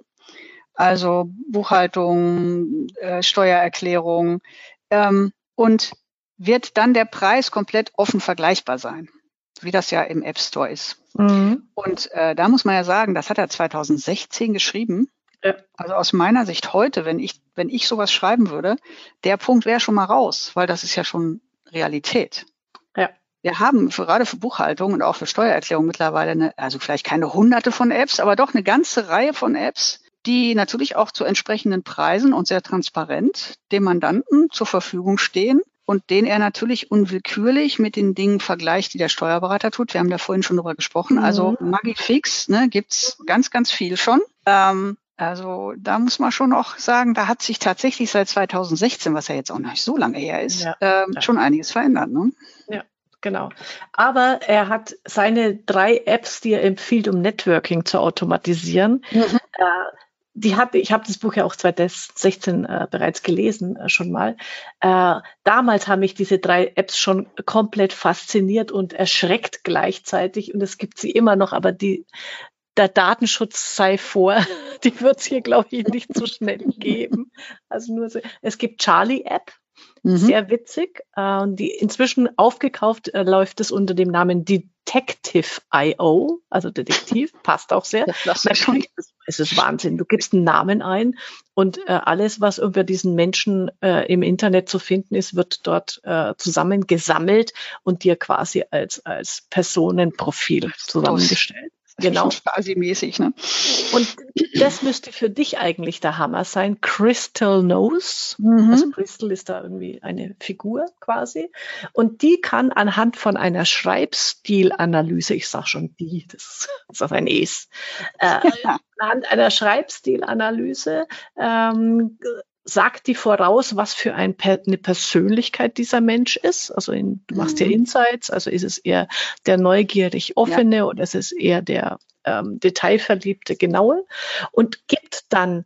Also Buchhaltung, äh, Steuererklärung, ähm, und wird dann der Preis komplett offen vergleichbar sein? wie das ja im App Store ist. Mhm. Und äh, da muss man ja sagen, das hat er zwanzig sechzehn geschrieben. Ja. Also aus meiner Sicht heute, wenn ich, wenn ich sowas schreiben würde, der Punkt wäre schon mal raus, weil das ist ja schon Realität. Ja. Wir haben für, gerade für Buchhaltung und auch für Steuererklärung mittlerweile eine, also vielleicht keine hunderte von Apps, aber doch eine ganze Reihe von Apps, die natürlich auch zu entsprechenden Preisen und sehr transparent dem Mandanten zur Verfügung stehen und den er natürlich unwillkürlich mit den Dingen vergleicht, die der Steuerberater tut. Wir haben da vorhin schon drüber gesprochen. Mhm. Also Magifix, ne, gibt's ganz, ganz viel schon. Ähm, also da muss man schon auch sagen, da hat sich tatsächlich seit zwanzig sechzehn, was ja jetzt auch noch nicht so lange her ist, Ja. ähm, Ja. schon einiges verändert. Ne? Ja. Genau. Aber er hat seine drei Apps, die er empfiehlt, um Networking zu automatisieren. Mhm. Äh, die hat, ich habe das Buch ja auch zwanzig sechzehn äh, bereits gelesen, äh, schon mal. Äh, damals haben mich diese drei Apps schon komplett fasziniert und erschreckt gleichzeitig. Und es gibt sie immer noch, aber die, der Datenschutz sei vor. Die wird es hier, glaube ich, nicht so schnell geben. Also nur so. Es gibt Charlie-App. Mhm. Sehr witzig. Äh, die inzwischen aufgekauft äh, läuft es unter dem Namen Detective Punkt io, also Detektiv, passt auch sehr. Das ist, schon. Es ist Wahnsinn. Du gibst einen Namen ein und äh, alles, was über diesen Menschen äh, im Internet zu finden ist, wird dort äh, zusammengesammelt und dir quasi als, als Personenprofil zusammengestellt. Genau. Stasi-mäßig, ne? Und das müsste für dich eigentlich der Hammer sein. Crystal Knows. Mhm. Also Crystal ist da irgendwie eine Figur quasi. Und die kann anhand von einer Schreibstilanalyse, ich sag schon die, das ist ein Es, äh, ja. anhand einer Schreibstilanalyse ähm, sagt die voraus, was für ein, eine Persönlichkeit dieser Mensch ist. Also in, du machst ja Insights, also ist es eher der neugierig offene ja. oder ist es eher der ähm, detailverliebte genaue und gibt dann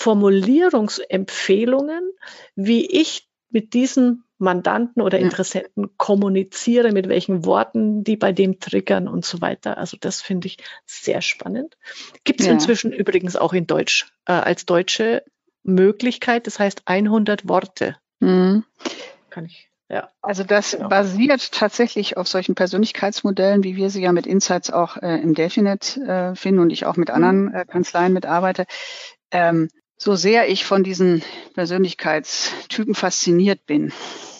Formulierungsempfehlungen, wie ich mit diesen Mandanten oder Interessenten ja. kommuniziere, mit welchen Worten die bei dem triggern und so weiter. Also das finde ich sehr spannend. Gibt es ja. inzwischen übrigens auch in Deutsch, äh, als deutsche Möglichkeit, das heißt hundert Worte. Mhm. Kann ich, ja. Also das genau. basiert tatsächlich auf solchen Persönlichkeitsmodellen, wie wir sie ja mit Insights auch äh, im Delphinet äh, finden und ich auch mit anderen äh, Kanzleien mitarbeite. Ähm, so sehr ich von diesen Persönlichkeitstypen fasziniert bin,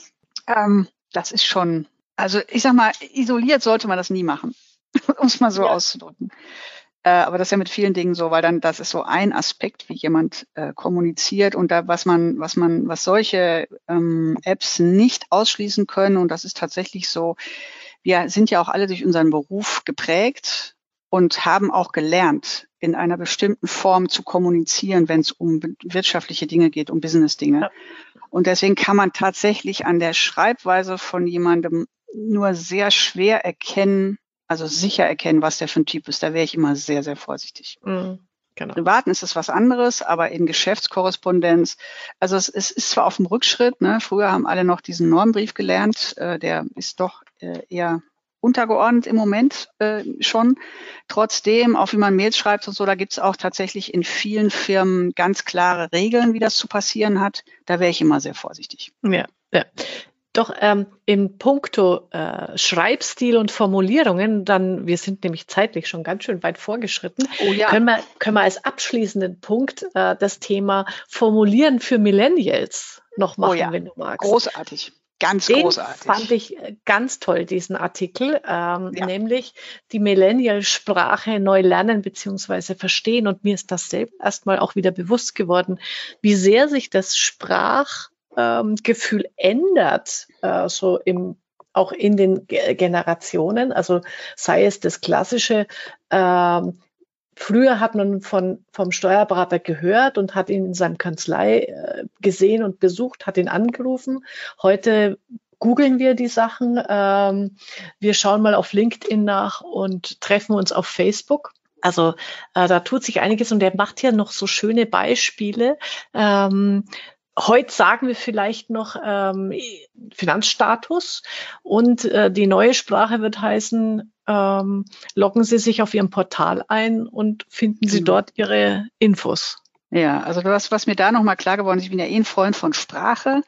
ähm, das ist schon, also ich sag mal, isoliert sollte man das nie machen, um es mal so ja. auszudrücken. Äh, aber das ist ja mit vielen Dingen so, weil dann das ist so ein Aspekt, wie jemand äh, kommuniziert und da was man, was man, was solche ähm, Apps nicht ausschließen können und das ist tatsächlich so. Wir sind ja auch alle durch unseren Beruf geprägt und haben auch gelernt, in einer bestimmten Form zu kommunizieren, wenn es um wirtschaftliche Dinge geht, um Business-Dinge. Ja. Und deswegen kann man tatsächlich an der Schreibweise von jemandem nur sehr schwer erkennen, also sicher erkennen, was der für ein Typ ist. Da wäre ich immer sehr, sehr vorsichtig. Mhm, genau. Privaten ist es was anderes, aber in Geschäftskorrespondenz, also es, es ist zwar auf dem Rückschritt, ne? Früher haben alle noch diesen Normbrief gelernt, äh, der ist doch äh, eher untergeordnet im Moment äh, schon. Trotzdem, auch wie man Mails schreibt und so, da gibt es auch tatsächlich in vielen Firmen ganz klare Regeln, wie das zu passieren hat. Da wäre ich immer sehr vorsichtig. Ja, ja. Doch ähm, in puncto äh, Schreibstil und Formulierungen, dann, wir sind nämlich zeitlich schon ganz schön weit vorgeschritten, oh ja. können, wir, können wir als abschließenden Punkt äh, das Thema Formulieren für Millennials noch machen, oh ja. wenn du magst. Großartig. Ganz Den großartig. Fand ich ganz toll, diesen Artikel, ähm, ja. nämlich die Millennial-Sprache neu lernen bzw. verstehen. Und mir ist das selbst erstmal auch wieder bewusst geworden, wie sehr sich das Sprach Ähm, Gefühl ändert, äh, so im, auch in den Ge- Generationen. Also sei es das klassische, ähm, früher hat man von, vom Steuerberater gehört und hat ihn in seinem Kanzlei äh, gesehen und besucht, hat ihn angerufen. Heute googeln wir die Sachen, ähm, wir schauen mal auf LinkedIn nach und treffen uns auf Facebook. Also äh, da tut sich einiges und er macht hier noch so schöne Beispiele. Ähm, Heute sagen wir vielleicht noch ähm, Finanzstatus und äh, die neue Sprache wird heißen, ähm, loggen Sie sich auf Ihrem Portal ein und finden Sie dort Ihre Infos. Ja, also was, was mir da nochmal klar geworden ist, ich bin ja eh ein Freund von Sprache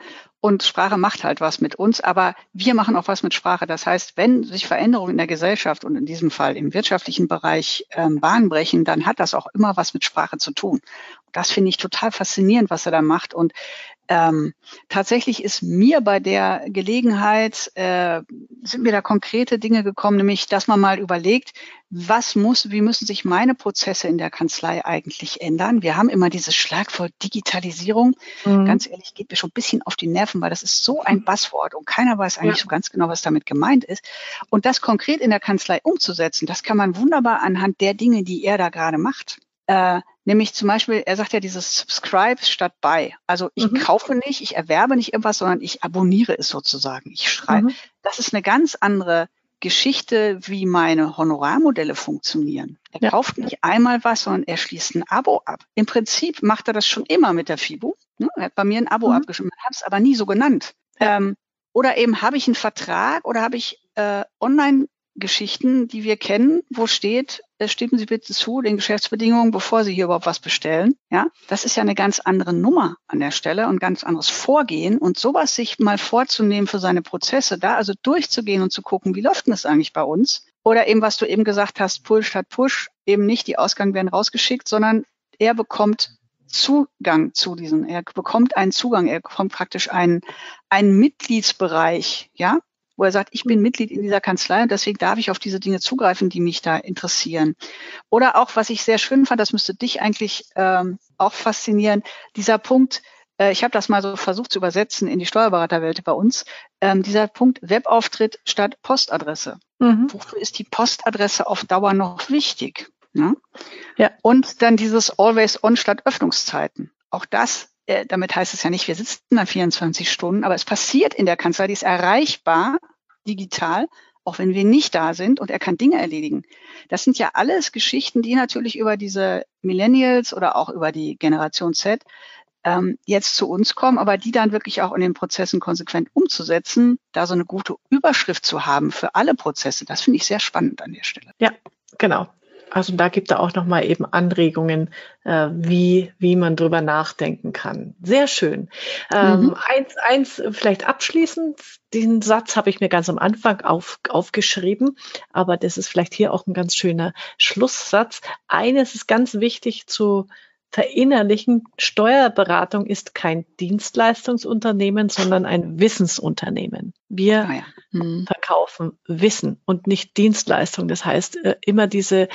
Und Sprache macht halt was mit uns, aber wir machen auch was mit Sprache. Das heißt, wenn sich Veränderungen in der Gesellschaft und in diesem Fall im wirtschaftlichen Bereich ähm, Bahn brechen, dann hat das auch immer was mit Sprache zu tun. Und das finde ich total faszinierend, was er da macht. Und ähm, tatsächlich ist mir bei der Gelegenheit, äh, sind mir da konkrete Dinge gekommen, nämlich, dass man mal überlegt, was muss, wie müssen sich meine Prozesse in der Kanzlei eigentlich ändern? Wir haben immer dieses Schlagwort Digitalisierung. Mhm. Ganz ehrlich, geht mir schon ein bisschen auf die Nerven, weil das ist so ein Buzzword und keiner weiß eigentlich ja. so ganz genau, was damit gemeint ist. Und das konkret in der Kanzlei umzusetzen, das kann man wunderbar anhand der Dinge, die er da gerade macht. Äh, nämlich zum Beispiel, er sagt ja dieses Subscribe statt Buy. Also ich mhm. kaufe nicht, ich erwerbe nicht irgendwas, sondern ich abonniere es sozusagen. Ich schreibe. Mhm. Das ist eine ganz andere Geschichte, wie meine Honorarmodelle funktionieren. Er ja. kauft nicht einmal was, sondern er schließt ein Abo ab. Im Prinzip macht er das schon immer mit der FIBO. Ne? Er hat bei mir ein Abo mhm. abgeschlossen, habe es aber nie so genannt. Ja. Ähm, oder eben habe ich einen Vertrag oder habe ich äh, Online-Geschichten, die wir kennen, wo steht, äh, stimmen Sie bitte zu den Geschäftsbedingungen, bevor Sie hier überhaupt was bestellen. Ja, das ist ja eine ganz andere Nummer an der Stelle und ganz anderes Vorgehen. Und sowas sich mal vorzunehmen für seine Prozesse, da also durchzugehen und zu gucken, wie läuft denn das eigentlich bei uns? Oder eben, was du eben gesagt hast, Pull statt Push, eben nicht die Ausgaben werden rausgeschickt, sondern er bekommt Zugang zu diesen, er bekommt einen Zugang, er bekommt praktisch einen, einen Mitgliedsbereich, ja, wo er sagt, ich bin Mitglied in dieser Kanzlei und deswegen darf ich auf diese Dinge zugreifen, die mich da interessieren. Oder auch, was ich sehr schön fand, das müsste dich eigentlich ähm, auch faszinieren, dieser Punkt, äh, ich habe das mal so versucht zu übersetzen in die Steuerberaterwelt bei uns, ähm, dieser Punkt Webauftritt statt Postadresse. Mhm. Wofür ist die Postadresse auf Dauer noch wichtig? Ne? Ja. Und dann dieses Always On statt Öffnungszeiten. Auch das, äh, damit heißt es ja nicht, wir sitzen dann vierundzwanzig Stunden, aber es passiert in der Kanzlei, die ist erreichbar, digital, auch wenn wir nicht da sind und er kann Dinge erledigen. Das sind ja alles Geschichten, die natürlich über diese Millennials oder auch über die Generation Z ähm, jetzt zu uns kommen, aber die dann wirklich auch in den Prozessen konsequent umzusetzen, da so eine gute Überschrift zu haben für alle Prozesse, das finde ich sehr spannend an der Stelle. Ja, genau. Also da gibt er auch nochmal eben Anregungen, äh, wie, wie man drüber nachdenken kann. Sehr schön. Ähm, mhm. eins, eins vielleicht abschließend, den Satz habe ich mir ganz am Anfang auf, aufgeschrieben, aber das ist vielleicht hier auch ein ganz schöner Schlusssatz. Eines ist ganz wichtig zu verinnerlichen, Steuerberatung ist kein Dienstleistungsunternehmen, sondern ein Wissensunternehmen. Wir ah ja. hm. verkaufen Wissen und nicht Dienstleistung. Das heißt, immer diese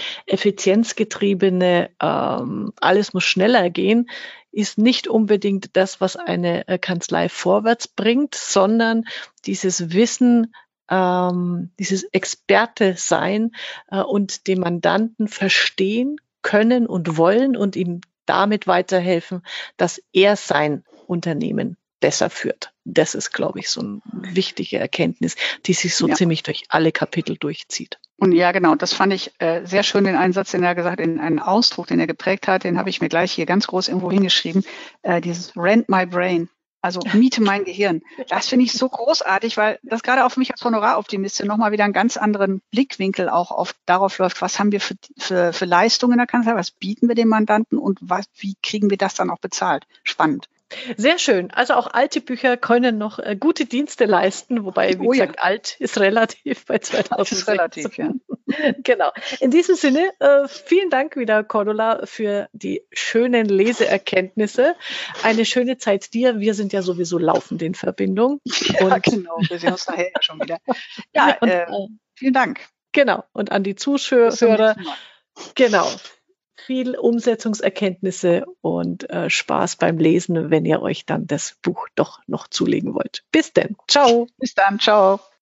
effizienzgetriebene, ähm, alles muss schneller gehen, ist nicht unbedingt das, was eine Kanzlei vorwärts bringt, sondern dieses Wissen, ähm, dieses Experte-Sein äh, und den Mandanten verstehen können und wollen und ihm damit weiterhelfen, dass er sein Unternehmen besser führt. Das ist, glaube ich, so eine wichtige Erkenntnis, die sich so ja. ziemlich durch alle Kapitel durchzieht. Und ja, genau, das fand ich äh, sehr schön, den Einsatz, den er gesagt hat, in einen Ausdruck, den er geprägt hat, den habe ich mir gleich hier ganz groß irgendwo hingeschrieben, äh, dieses Rent my brain. Also miete mein Gehirn. Das finde ich so großartig, weil das gerade auf mich als Honoraroptimistin nochmal wieder einen ganz anderen Blickwinkel auch auf darauf läuft, was haben wir für, für, für Leistungen in der Kanzlei, was bieten wir dem Mandanten und was, wie kriegen wir das dann auch bezahlt? Spannend. Sehr schön. Also auch alte Bücher können noch äh, gute Dienste leisten, wobei, wie oh, gesagt, ja. alt ist relativ bei zweitausendsechzehn. Ist relativ, ja. Genau. In diesem Sinne, äh, vielen Dank wieder, Cordula, für die schönen Leseerkenntnisse. Eine schöne Zeit dir. Wir sind ja sowieso laufend in Verbindung. Ja, und genau. Wir sehen uns nachher schon wieder. Ja, und, äh, vielen Dank. Genau. Und an die Zuschauer. Genau. Viel Umsetzungserkenntnisse und äh, Spaß beim Lesen, wenn ihr euch dann das Buch doch noch zulegen wollt. Bis denn. Ciao. Bis dann. Ciao.